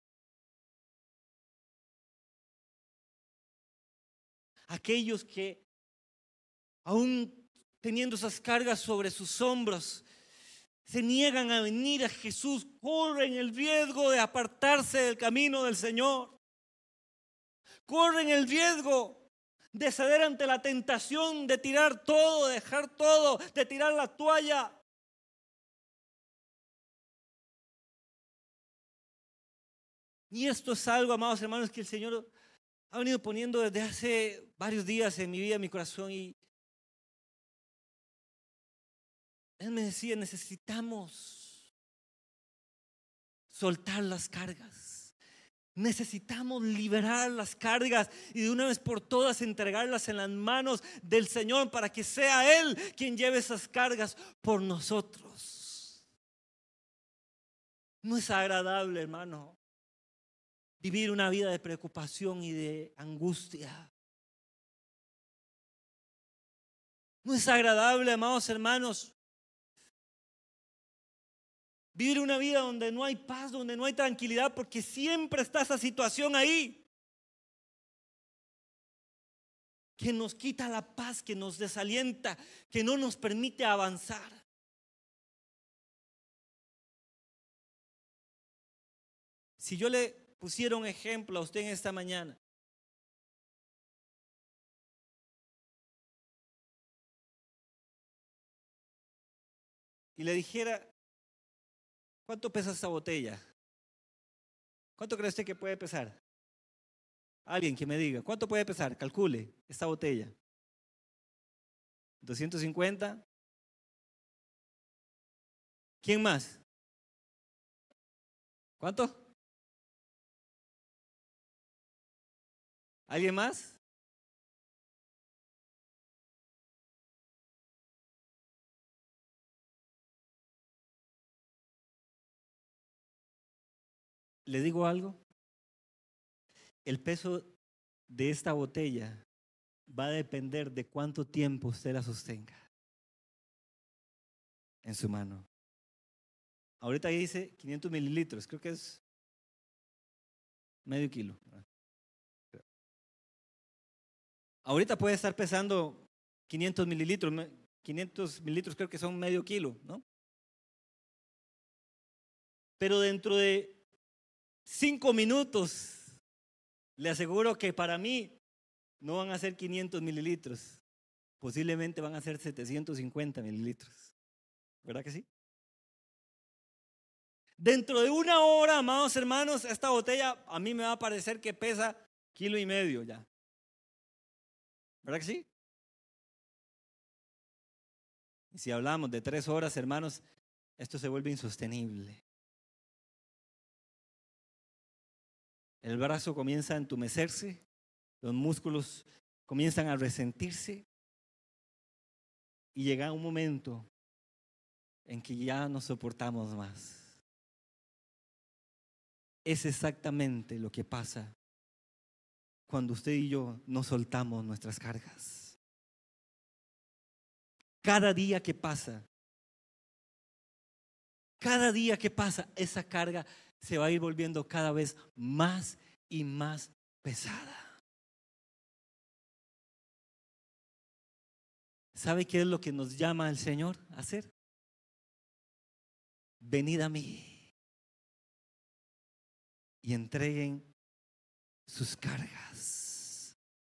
Aquellos que aún teniendo esas cargas sobre sus hombros, se niegan a venir a Jesús, corren el riesgo de apartarse del camino del Señor. Corren el riesgo de ceder ante la tentación de tirar todo, de dejar todo, de tirar la toalla. Y esto es algo, amados hermanos, que el Señor ha venido poniendo desde hace varios días en mi vida, en mi corazón. Y Él me decía: necesitamos soltar las cargas. Necesitamos liberar las cargas y de una vez por todas entregarlas en las manos del Señor, para que sea Él quien lleve esas cargas por nosotros. No es agradable, hermano, vivir una vida de preocupación y de angustia. No es agradable, amados hermanos, vivir una vida donde no hay paz, donde no hay tranquilidad, porque siempre está esa situación ahí que nos quita la paz, que nos desalienta, que no nos permite avanzar. Si yo le pusiera un ejemplo a usted en esta mañana, y le dijera: ¿cuánto pesa esta botella? ¿Cuánto cree usted que puede pesar? Alguien que me diga, ¿cuánto puede pesar? Calcule esta botella. doscientos cincuenta. ¿Quién más? ¿Cuánto? ¿Alguien más? ¿Le digo algo? El peso de esta botella va a depender de cuánto tiempo usted la sostenga en su mano. Ahorita ahí dice quinientos mililitros, creo que es medio kilo. Ahorita puede estar pesando quinientos mililitros, quinientos mililitros creo que son medio kilo, ¿no? Pero dentro de cinco minutos, le aseguro que para mí no van a ser quinientos mililitros, posiblemente van a ser setecientos cincuenta mililitros. ¿Verdad que sí? Dentro de una hora, amados hermanos, esta botella a mí me va a parecer que pesa kilo y medio ya. ¿Verdad que sí? Y si hablamos de tres horas, hermanos, esto se vuelve insostenible. El brazo comienza a entumecerse, los músculos comienzan a resentirse y llega un momento en que ya no soportamos más. Es exactamente lo que pasa cuando usted y yo no soltamos nuestras cargas. Cada día que pasa, cada día que pasa, esa carga se va a ir volviendo cada vez más y más pesada. ¿Sabe qué es lo que nos llama el Señor a hacer? Venid a mí y entreguen sus cargas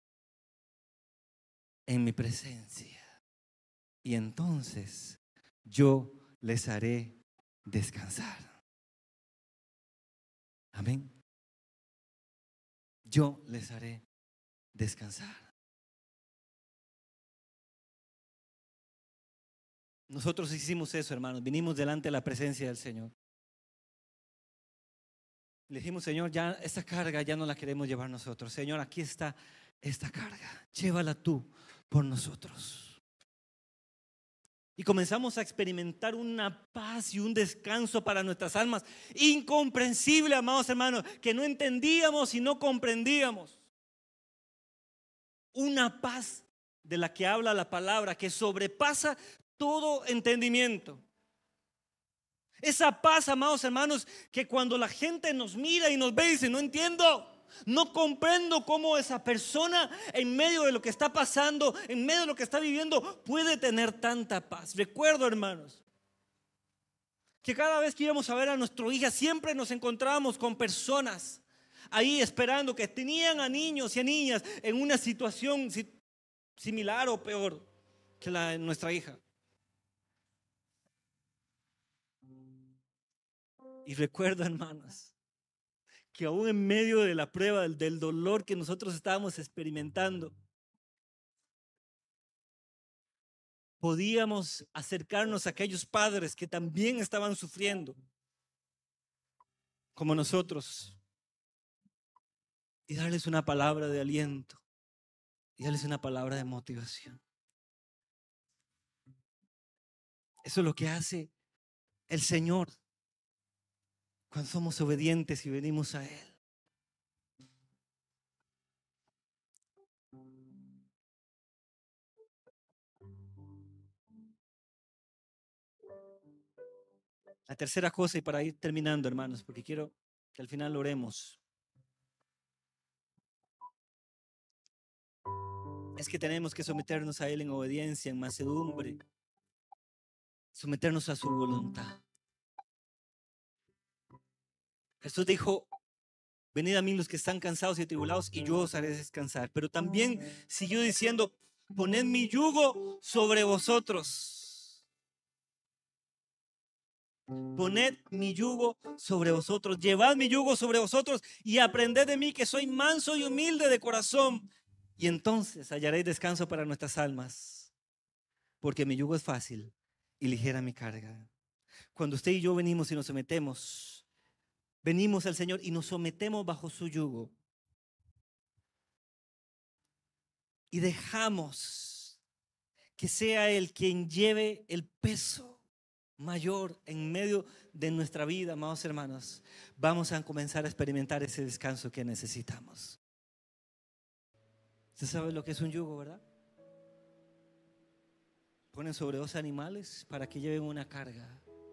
en mi presencia. Y entonces yo les haré descansar. Amén. Yo les haré descansar. Nosotros hicimos eso, hermanos. Vinimos delante de la presencia del Señor. Le dijimos, Señor, ya esta carga ya no la queremos llevar nosotros. Señor, aquí está esta carga. Llévala tú por nosotros. Y comenzamos a experimentar una paz y un descanso para nuestras almas incomprensible, amados hermanos, que no entendíamos y no comprendíamos. Una paz de la que habla la palabra, que sobrepasa todo entendimiento. Esa paz, amados hermanos, que cuando la gente nos mira y nos ve y dice, no entiendo, no comprendo cómo esa persona en medio de lo que está pasando, en medio de lo que está viviendo, puede tener tanta paz. Recuerdo, hermanos, que cada vez que íbamos a ver a nuestra hija, siempre nos encontrábamos con personas ahí esperando, que tenían a niños y a niñas en una situación similar o peor que la de nuestra hija. Y recuerdo, hermanos, que aún en medio de la prueba, del, del dolor que nosotros estábamos experimentando, podíamos acercarnos a aquellos padres que también estaban sufriendo, como nosotros, y darles una palabra de aliento, y darles una palabra de motivación. Eso es lo que hace el Señor cuando somos obedientes y venimos a Él. La tercera cosa, y para ir terminando, hermanos, porque quiero que al final oremos, es que tenemos que someternos a Él en obediencia, en mansedumbre, someternos a su voluntad. Jesús dijo, venid a mí los que están cansados y atribulados y yo os haré descansar. Pero también siguió diciendo, poned mi yugo sobre vosotros. Poned mi yugo sobre vosotros, llevad mi yugo sobre vosotros y aprended de mí que soy manso y humilde de corazón. Y entonces hallaréis descanso para nuestras almas, porque mi yugo es fácil y ligera mi carga. Cuando usted y yo venimos y nos sometemos, venimos al Señor y nos sometemos bajo su yugo y dejamos que sea Él quien lleve el peso mayor en medio de nuestra vida, amados hermanos, vamos a comenzar a experimentar ese descanso que necesitamos. Usted sabe lo que es un yugo, ¿verdad? Ponen sobre dos animales para que lleven una carga.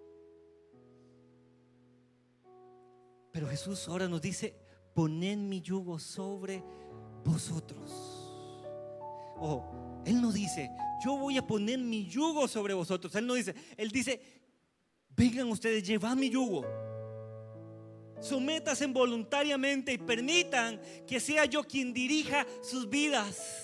Pero Jesús ahora nos dice: poned mi yugo sobre vosotros. Oh, Él no dice: yo voy a poner mi yugo sobre vosotros. Él no dice, Él dice: vengan ustedes, llevad mi yugo. Sométanse voluntariamente y permitan que sea yo quien dirija sus vidas.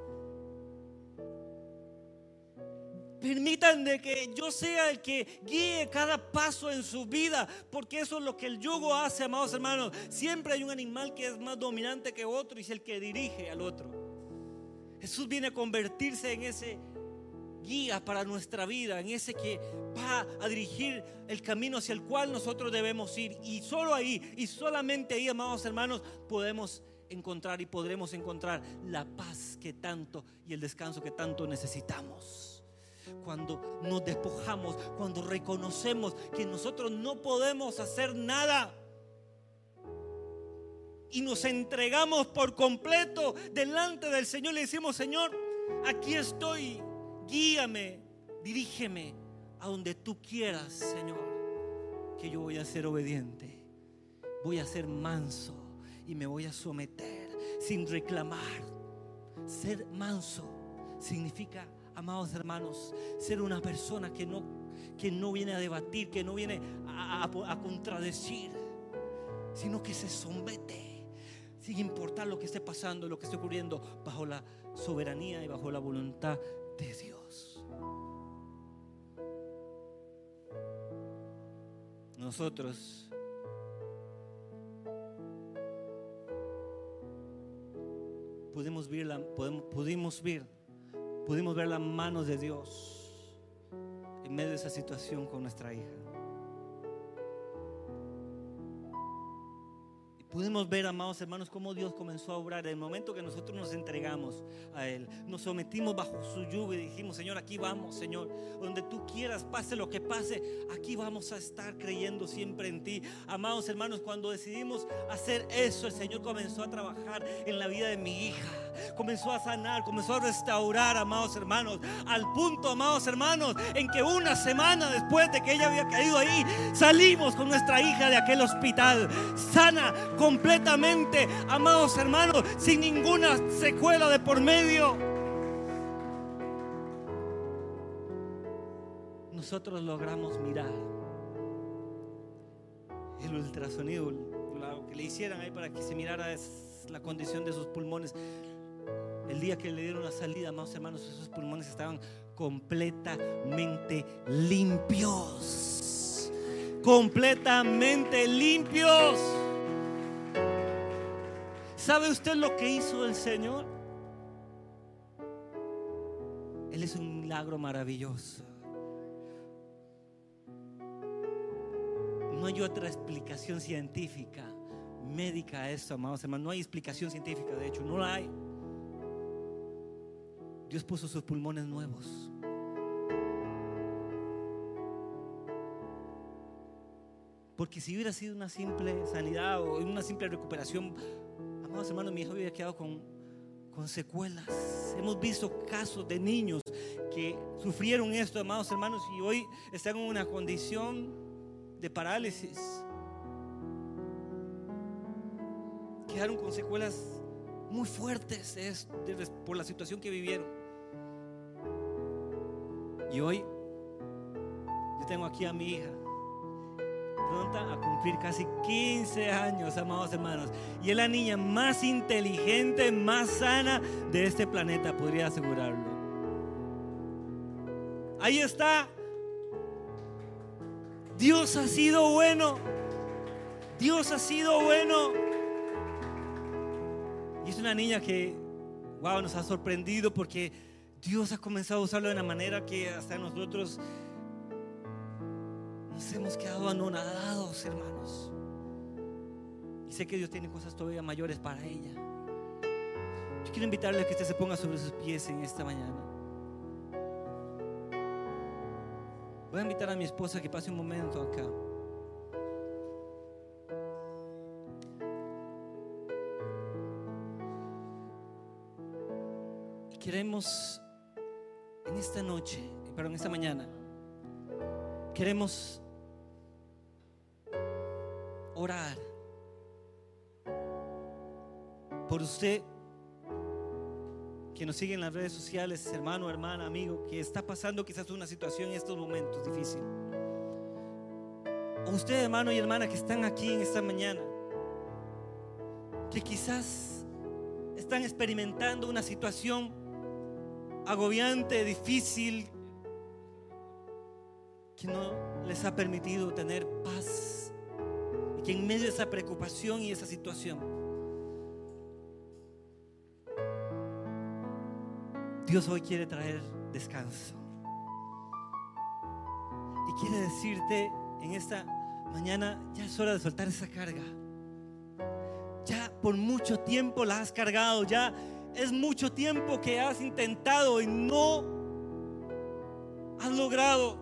Permitan de que yo sea el que guíe cada paso en su vida, porque eso es lo que el yugo hace, amados hermanos. Siempre hay un animal que es más dominante que otro y es el que dirige al otro. Jesús viene a convertirse en ese guía para nuestra vida, en ese que va a dirigir el camino hacia el cual nosotros debemos ir. Y solo ahí, y solamente ahí, amados hermanos, podemos encontrar y podremos encontrar la paz que tanto y el descanso que tanto necesitamos. Cuando nos despojamos, cuando reconocemos que nosotros no podemos hacer nada y nos entregamos por completo delante del Señor, le decimos: Señor, aquí estoy, guíame, dirígeme a donde tú quieras, Señor, que yo voy a ser obediente, voy a ser manso y me voy a someter sin reclamar. Ser manso significa, amados hermanos, ser una persona que no, que no viene a debatir, que no viene a, a, a contradecir, sino que se somete sin importar lo que esté pasando, lo que esté ocurriendo, bajo la soberanía y bajo la voluntad de Dios. Nosotros pudimos ver la, pudimos, pudimos ver Pudimos ver las manos de Dios en medio de esa situación con nuestra hija. Y pudimos ver, amados hermanos, cómo Dios comenzó a obrar en el momento que nosotros nos entregamos a Él. Nos sometimos bajo su yugo y dijimos: Señor, aquí vamos, Señor, donde tú quieras, pase lo que pase, aquí vamos a estar creyendo siempre en ti. Amados hermanos, cuando decidimos hacer eso, el Señor comenzó a trabajar en la vida de mi hija. Comenzó a sanar, comenzó a restaurar, amados hermanos, al punto, amados hermanos, en que una semana después de que ella había caído ahí, salimos con nuestra hija de aquel hospital, sana completamente, amados hermanos, sin ninguna secuela de por medio. Nosotros logramos mirar el ultrasonido, lo que le hicieran ahí para que se mirara la condición de sus pulmones. El día que le dieron la salida, amados hermanos, esos pulmones estaban completamente limpios. Completamente limpios. ¿Sabe usted lo que hizo el Señor? Él es un milagro maravilloso. No hay otra explicación científica, médica a esto, amados hermanos. No hay explicación científica, de hecho, no la hay. Dios puso sus pulmones nuevos. Porque si hubiera sido una simple sanidad o una simple recuperación, amados hermanos, mi hijo hubiera quedado con, con secuelas. Hemos visto casos de niños que sufrieron esto, amados hermanos, y hoy están en una condición de parálisis. Quedaron con secuelas muy fuertes es, de, por la situación que vivieron. Y hoy yo tengo aquí a mi hija, pronta a cumplir casi quince años, amados hermanos, y es la niña más inteligente, más sana de este planeta, podría asegurarlo. Ahí está. Dios ha sido bueno. Dios ha sido bueno. Y es una niña que, wow, nos ha sorprendido porque Dios ha comenzado a usarlo de una manera que hasta nosotros nos hemos quedado anonadados, hermanos. Y sé que Dios tiene cosas todavía mayores para ella. Yo quiero invitarle a que usted se ponga sobre sus pies en esta mañana. Voy a invitar a mi esposa que pase un momento acá. Y queremos en esta noche, perdón, esta mañana, queremos orar por usted que nos sigue en las redes sociales, hermano, hermana, amigo, que está pasando quizás una situación en estos momentos difícil. O usted, hermano y hermana, que están aquí en esta mañana, que quizás están experimentando una situación agobiante, difícil, que no les ha permitido tener paz, y que en medio de esa preocupación y esa situación, Dios hoy quiere traer descanso. Y quiere decirte en esta mañana, ya es hora de soltar esa carga. Ya por mucho tiempo la has cargado, ya es mucho tiempo que has intentado y no has logrado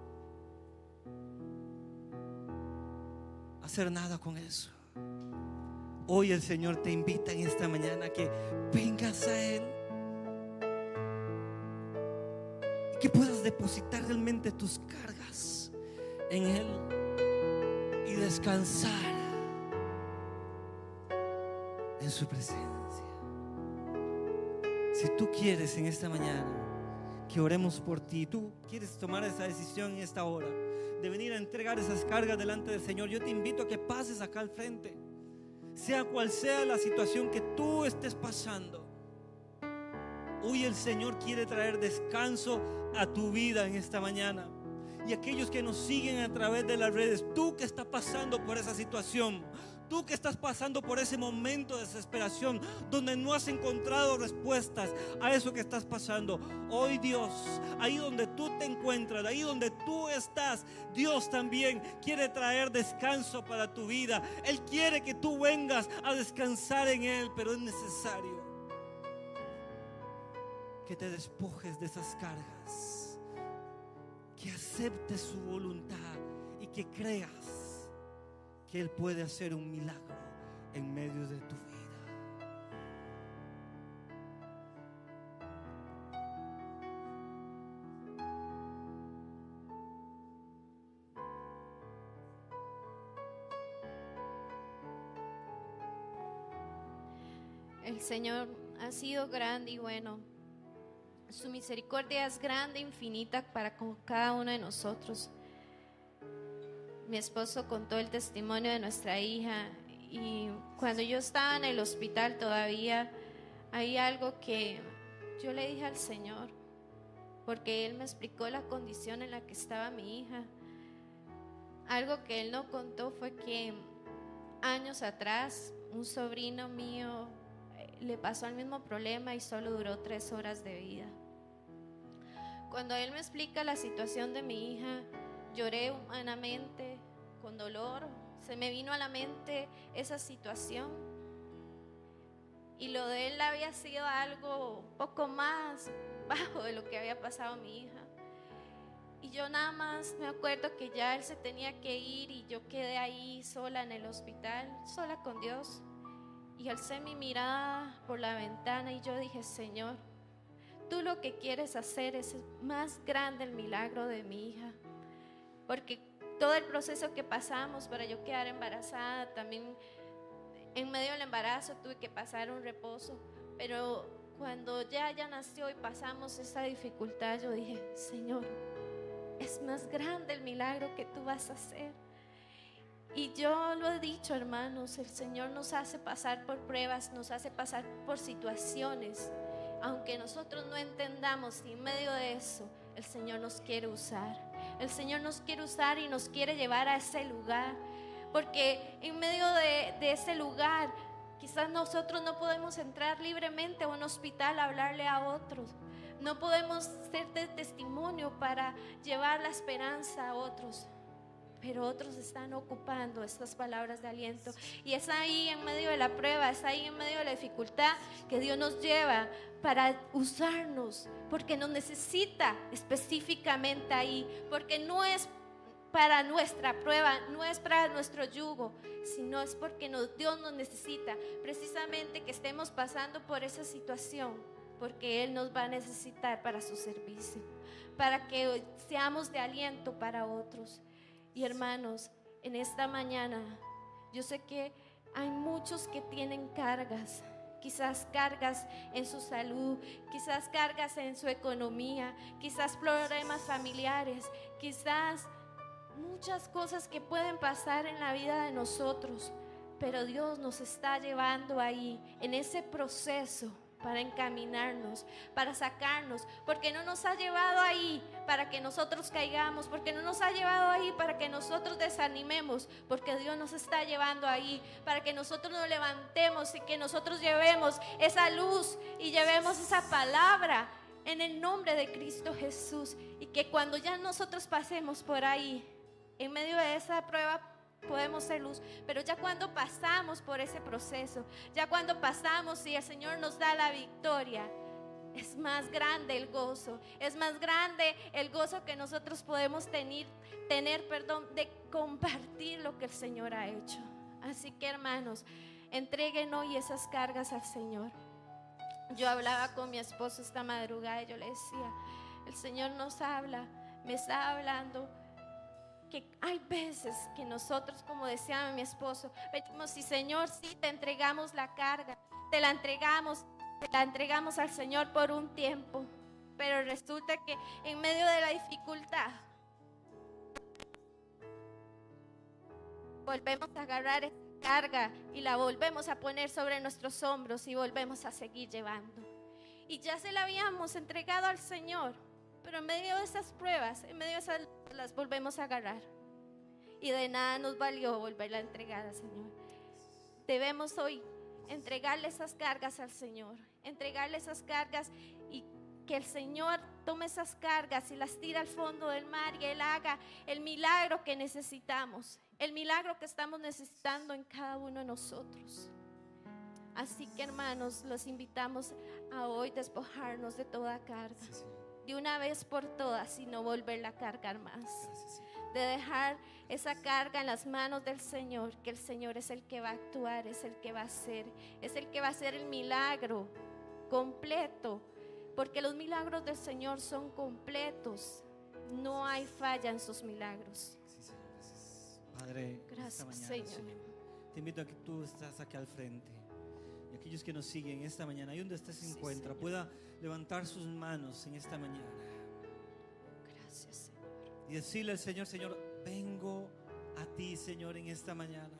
hacer nada con eso. Hoy el Señor te invita en esta mañana a que vengas a Él, que puedas depositar realmente tus cargas en Él y descansar en su presencia. Si tú quieres en esta mañana que oremos por ti, tú quieres tomar esa decisión en esta hora de venir a entregar esas cargas delante del Señor, yo te invito a que pases acá al frente, sea cual sea la situación que tú estés pasando. Hoy el Señor quiere traer descanso a tu vida en esta mañana. Y aquellos que nos siguen a través de las redes, tú que estás pasando por esa situación, tú que estás pasando por ese momento de desesperación donde no has encontrado respuestas a eso que estás pasando, hoy Dios, ahí donde tú te encuentras, ahí donde tú estás, Dios también quiere traer descanso para tu vida. Él quiere que tú vengas a descansar en Él, pero es necesario que te despojes de esas cargas, que aceptes su voluntad y que creas que Él puede hacer un milagro en medio de tu vida. El Señor ha sido grande y bueno. Su misericordia es grande e infinita para con cada uno de nosotros. Mi esposo contó el testimonio de nuestra hija y cuando yo estaba en el hospital todavía hay algo que yo le dije al Señor, porque Él me explicó la condición en la que estaba mi hija. Algo que Él no contó fue que años atrás un sobrino mío le pasó el mismo problema y solo duró tres horas de vida. Cuando Él me explica la situación de mi hija, lloré humanamente, con dolor. Se me vino a la mente esa situación. Y lo de Él había sido algo un poco más bajo de lo que había pasado a mi hija. Y yo nada más me acuerdo que ya Él se tenía que ir y yo quedé ahí sola en el hospital, sola con Dios. Y alcé mi mirada por la ventana y yo dije, Señor, tú lo que quieres hacer es más grande el milagro de mi hija. Porque todo el proceso que pasamos para yo quedar embarazada, también en medio del embarazo tuve que pasar un reposo. Pero cuando ya ya nació y pasamos esa dificultad, yo dije, Señor, es más grande el milagro que tú vas a hacer. Y yo lo he dicho, hermanos, el Señor nos hace pasar por pruebas, nos hace pasar por situaciones, aunque nosotros no entendamos, y en medio de eso el Señor nos quiere usar. El Señor nos quiere usar y nos quiere llevar a ese lugar, porque en medio de, de ese lugar quizás nosotros no podemos entrar libremente a un hospital a hablarle a otros. No podemos ser de testimonio para llevar la esperanza a otros. pero otros están ocupando estas palabras de aliento. Y es ahí en medio de la prueba, es ahí en medio de la dificultad que Dios nos lleva para usarnos, porque nos necesita específicamente ahí, porque no es para nuestra prueba, no es para nuestro yugo, sino es porque nos, Dios nos necesita precisamente que estemos pasando por esa situación, porque Él nos va a necesitar para su servicio, para que seamos de aliento para otros. Y hermanos, en esta mañana yo sé que hay muchos que tienen cargas, quizás cargas en su salud, quizás cargas en su economía, quizás problemas familiares, quizás muchas cosas que pueden pasar en la vida de nosotros, pero Dios nos está llevando ahí en ese proceso para encaminarnos, para sacarnos, porque no nos ha llevado ahí para que nosotros caigamos, porque no nos ha llevado ahí para que nosotros desanimemos, porque Dios nos está llevando ahí para que nosotros nos levantemos y que nosotros llevemos esa luz y llevemos esa palabra en el nombre de Cristo Jesús, y que cuando ya nosotros pasemos por ahí, en medio de esa prueba podemos ser luz, pero ya cuando pasamos por ese proceso, ya cuando pasamos y el Señor nos da la victoria, es más grande el gozo, es más grande el gozo que nosotros podemos tener, tener, perdón, de compartir lo que el Señor ha hecho. Así que, hermanos, entreguen hoy esas cargas al Señor. Yo hablaba con mi esposo esta madrugada y yo le decía, el Señor nos habla, me está hablando, que hay veces que nosotros, como decía mi esposo, decimos, sí, Señor, sí, te entregamos la carga, te la entregamos, te la entregamos al Señor por un tiempo, pero resulta que en medio de la dificultad volvemos a agarrar esa carga y la volvemos a poner sobre nuestros hombros y volvemos a seguir llevando. Y ya se la habíamos entregado al Señor, pero en medio de esas pruebas, en medio de esas, las volvemos a agarrar. Y de nada nos valió volverla a entregar al Señor. Debemos hoy entregarle esas cargas al Señor, entregarle esas cargas y que el Señor tome esas cargas y las tire al fondo del mar y Él haga el milagro que necesitamos, el milagro que estamos necesitando en cada uno de nosotros. Así que, hermanos, los invitamos a hoy despojarnos de toda carga, de una vez por todas, y no volverla a cargar más, de dejar esa carga en las manos del Señor, que el Señor es el que va a actuar, es el que va a hacer, es el que va a hacer el milagro completo, porque los milagros del Señor son completos, no hay falla en sus milagros. Padre, gracias, esta mañana, Señor. Señor, te invito a que tú estás aquí al frente, y aquellos que nos siguen esta mañana, ahí donde usted se sí, encuentra, Señor, pueda levantar sus manos en esta mañana. Gracias, Señor. Y decirle al Señor, Señor, vengo a ti, Señor, en esta mañana.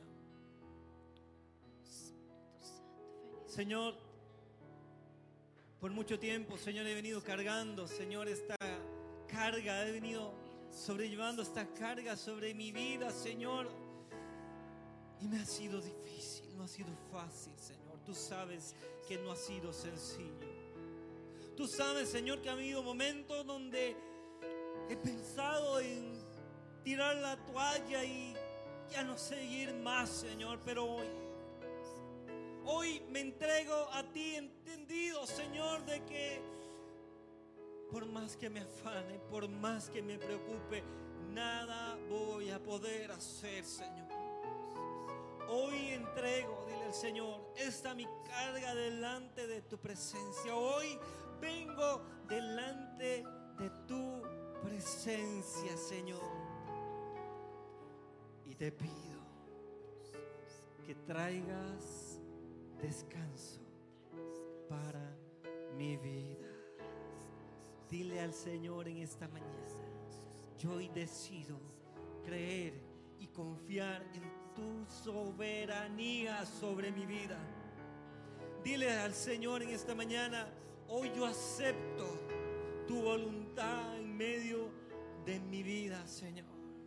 Señor, por mucho tiempo, Señor, he venido cargando, Señor, esta carga, he venido sobrellevando esta carga sobre mi vida, Señor, y me ha sido difícil, no ha sido fácil, Señor. Tú sabes que no ha sido sencillo. Tú sabes, Señor, que ha habido momentos donde he pensado en tirar la toalla y ya no seguir más, Señor, pero hoy Hoy me entrego a ti, entendido, Señor, de que por más que me afane, por más que me preocupe, nada voy a poder hacer, Señor. Hoy entrego, dile al Señor, esta mi carga delante de tu presencia. Hoy vengo delante de tu presencia, Señor. Y te pido que traigas descanso para mi vida. Dile al Señor en esta mañana, yo hoy decido creer y confiar en tu soberanía sobre mi vida. Dile al Señor en esta mañana, hoy yo acepto tu voluntad en medio de mi vida, Señor.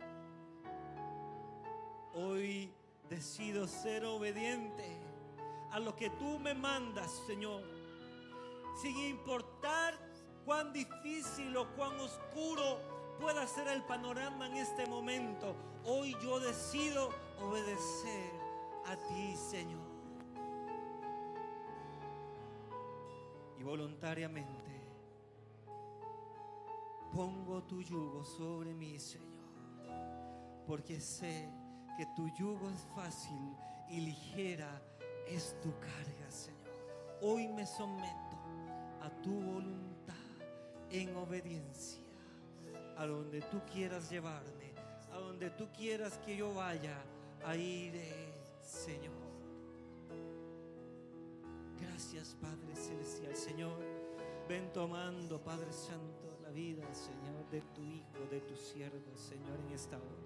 Hoy decido ser obediente a lo que tú me mandas, Señor, sin importar cuán difícil o cuán oscuro pueda ser el panorama en este momento. Hoy yo decido obedecer a ti, Señor. Y voluntariamente pongo tu yugo sobre mí, Señor, porque sé que tu yugo es fácil y ligera es tu carga, Señor. Hoy me someto a tu voluntad en obediencia, a donde tú quieras llevarme, a donde tú quieras que yo vaya, ahí iré, Señor. Gracias, Padre Celestial. Señor, ven tomando, Padre Santo, la vida, Señor, de tu Hijo, de tu siervo, Señor, en esta hora.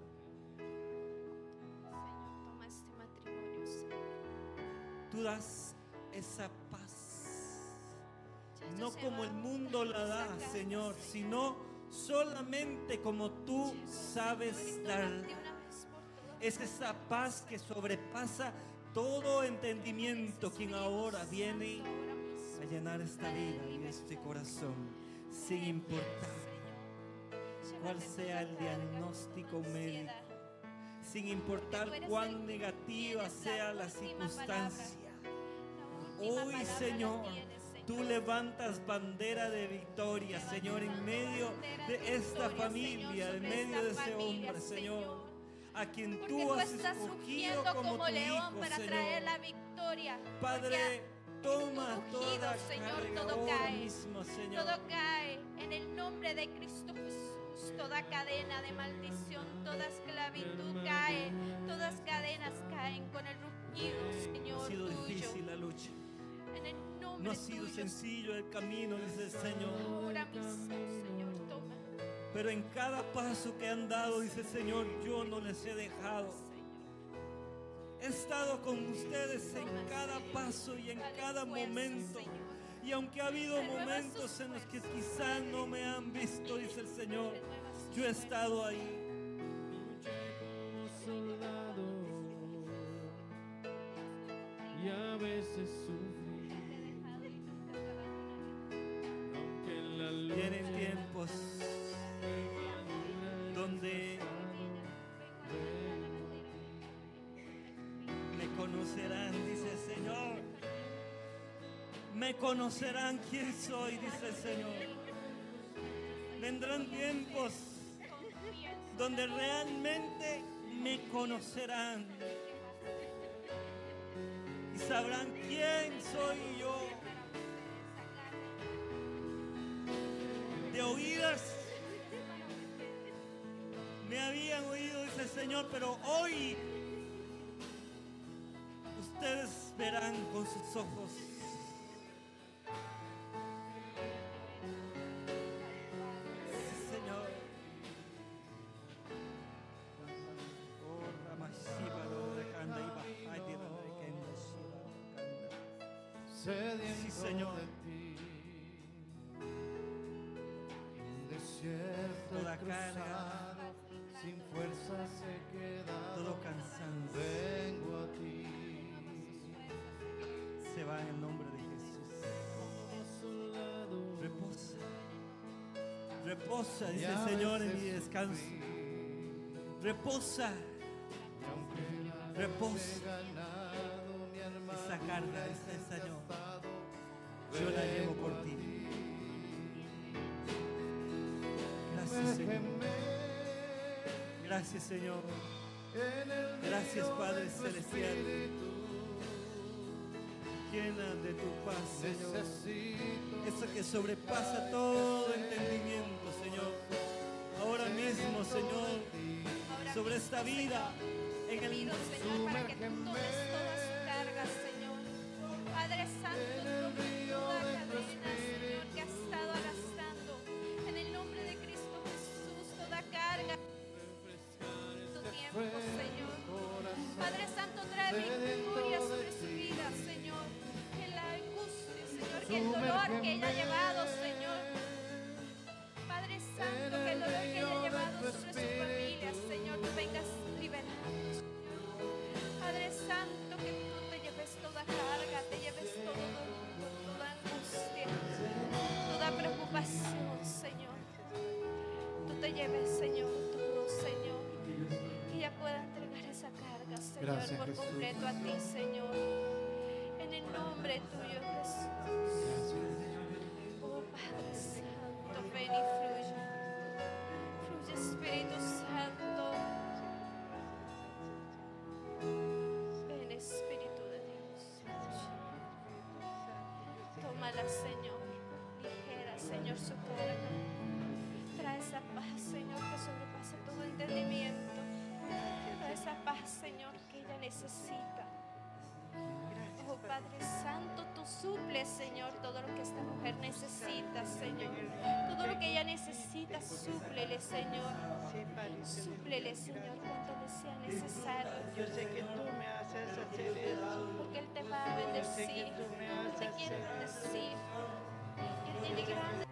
Señor, toma este matrimonio, Señor. Tú das esa paz, Ya no esto se como va el mundo la da, sacando, Señor, sino solamente como tú Señor, sabes y dar. toma de una vez por todas. Es esa paz que sobrepasa todo entendimiento, quien ahora viene a llenar esta vida y este corazón, sin importar cuál sea el diagnóstico médico, sin importar cuán negativa sea la circunstancia. Hoy, Señor, tú levantas bandera de victoria, Señor, en medio de esta familia, en medio de ese hombre, Señor, a quien Porque tú tú has estás escogido rugiendo como como tu león hijo, para Señor. traer la victoria. Padre, toma en tu rugido, toda Señor, carga todo ahora cae. mismo, Señor. Todo cae en el nombre de Cristo Jesús. Toda cadena de maldición, toda esclavitud cae. Todas cadenas caen con el rugido, Señor, Ha sido tuyo. difícil la lucha, En el nombre no ha sido tuyo, sencillo el camino, dice el Señor. ahora mismo, Señor, toma. Pero en cada paso que han dado, dice el Señor, yo no les he dejado. He estado con ustedes en cada paso y en cada momento. Y aunque ha habido momentos en los que quizás no me han visto, dice el Señor, yo he estado ahí. Y a veces sufrí, aunque en la lucha Vienen tiempos donde me conocerán, dice el Señor. Me conocerán quién soy, dice el Señor. Vendrán tiempos donde realmente me conocerán y sabrán quién soy yo. De oídas me habían oído, dice el Señor, pero hoy ustedes verán con sus ojos. Sí, Señor. Oh, Ramashiva, lo de Kanda, y Bahai, de la de Kenda, Shiva, Kanda. sediento Sí, Señor. de ti. Un desierto Toda he carga, cruzado, sin fuerzas he quedado. todo cansancio Vengo a ti. se va en el nombre de Jesús. Como soldado. Reposa, reposa, dice Y el a Señor, en veces mi descanso. sufrí, Reposa, y aunque la reposa. noche he ganado, mi Esa armadura carga, es dice el Señor, desgastado, yo la llevo vengo por a ti. ti. Gracias, Señor. Déjeme Gracias, Señor. en el Gracias, río Padre de tu Celestial. espíritu. Llena de tu paz, Señor. Necesito Eso que sobrepasa todo entendimiento, Señor. Ahora mismo, Señor, Ahora sobre mismo, esta vida, Señor, en te el pido, Señor, para que tú tomes toda su carga, Señor. Padre Santo, tome toda cadena, Señor, que ha estado arrastrando. En el nombre de Cristo Jesús, toda carga. Tu tiempo, Señor. Padre Santo, trae victoria sobre su vida, Señor. Que la angustia, Señor, que el dolor que ella ha llevado, Señor. Padre Santo, que el dolor que ella ha llevado sobre su familia, Señor, tú vengas liberando. Padre Santo, que tú te lleves toda carga, te lleves todo dolor, toda angustia, toda preocupación, Señor. Tú te te lleve, Señor, todo, Señor. Que ella pueda entregar esa carga, Señor, Gracias, por Jesús. completo a ti, Señor. En el nombre tuyo, Jesús. Oh, Padre Santo, ven y fluye. Fluye, Espíritu Santo. Ven, Espíritu de Dios. Tómala, Señor. Ligera, Señor, su carga. Trae esa paz, Señor, que sobrepasa todo entendimiento. Trae esa paz, Señor, que ella necesita. Oh, Padre Santo, tú suples, Señor, todo lo que esta mujer necesita, Señor. Todo lo que ella necesita, súplele, Señor. Súplele, Señor, cuanto le sea necesario. Yo sé que tú me haces hacer eso. Porque Él te va a Yo sé bendecir. que tú me Él te haces quiere hacer eso. bendecir. Él tiene grandes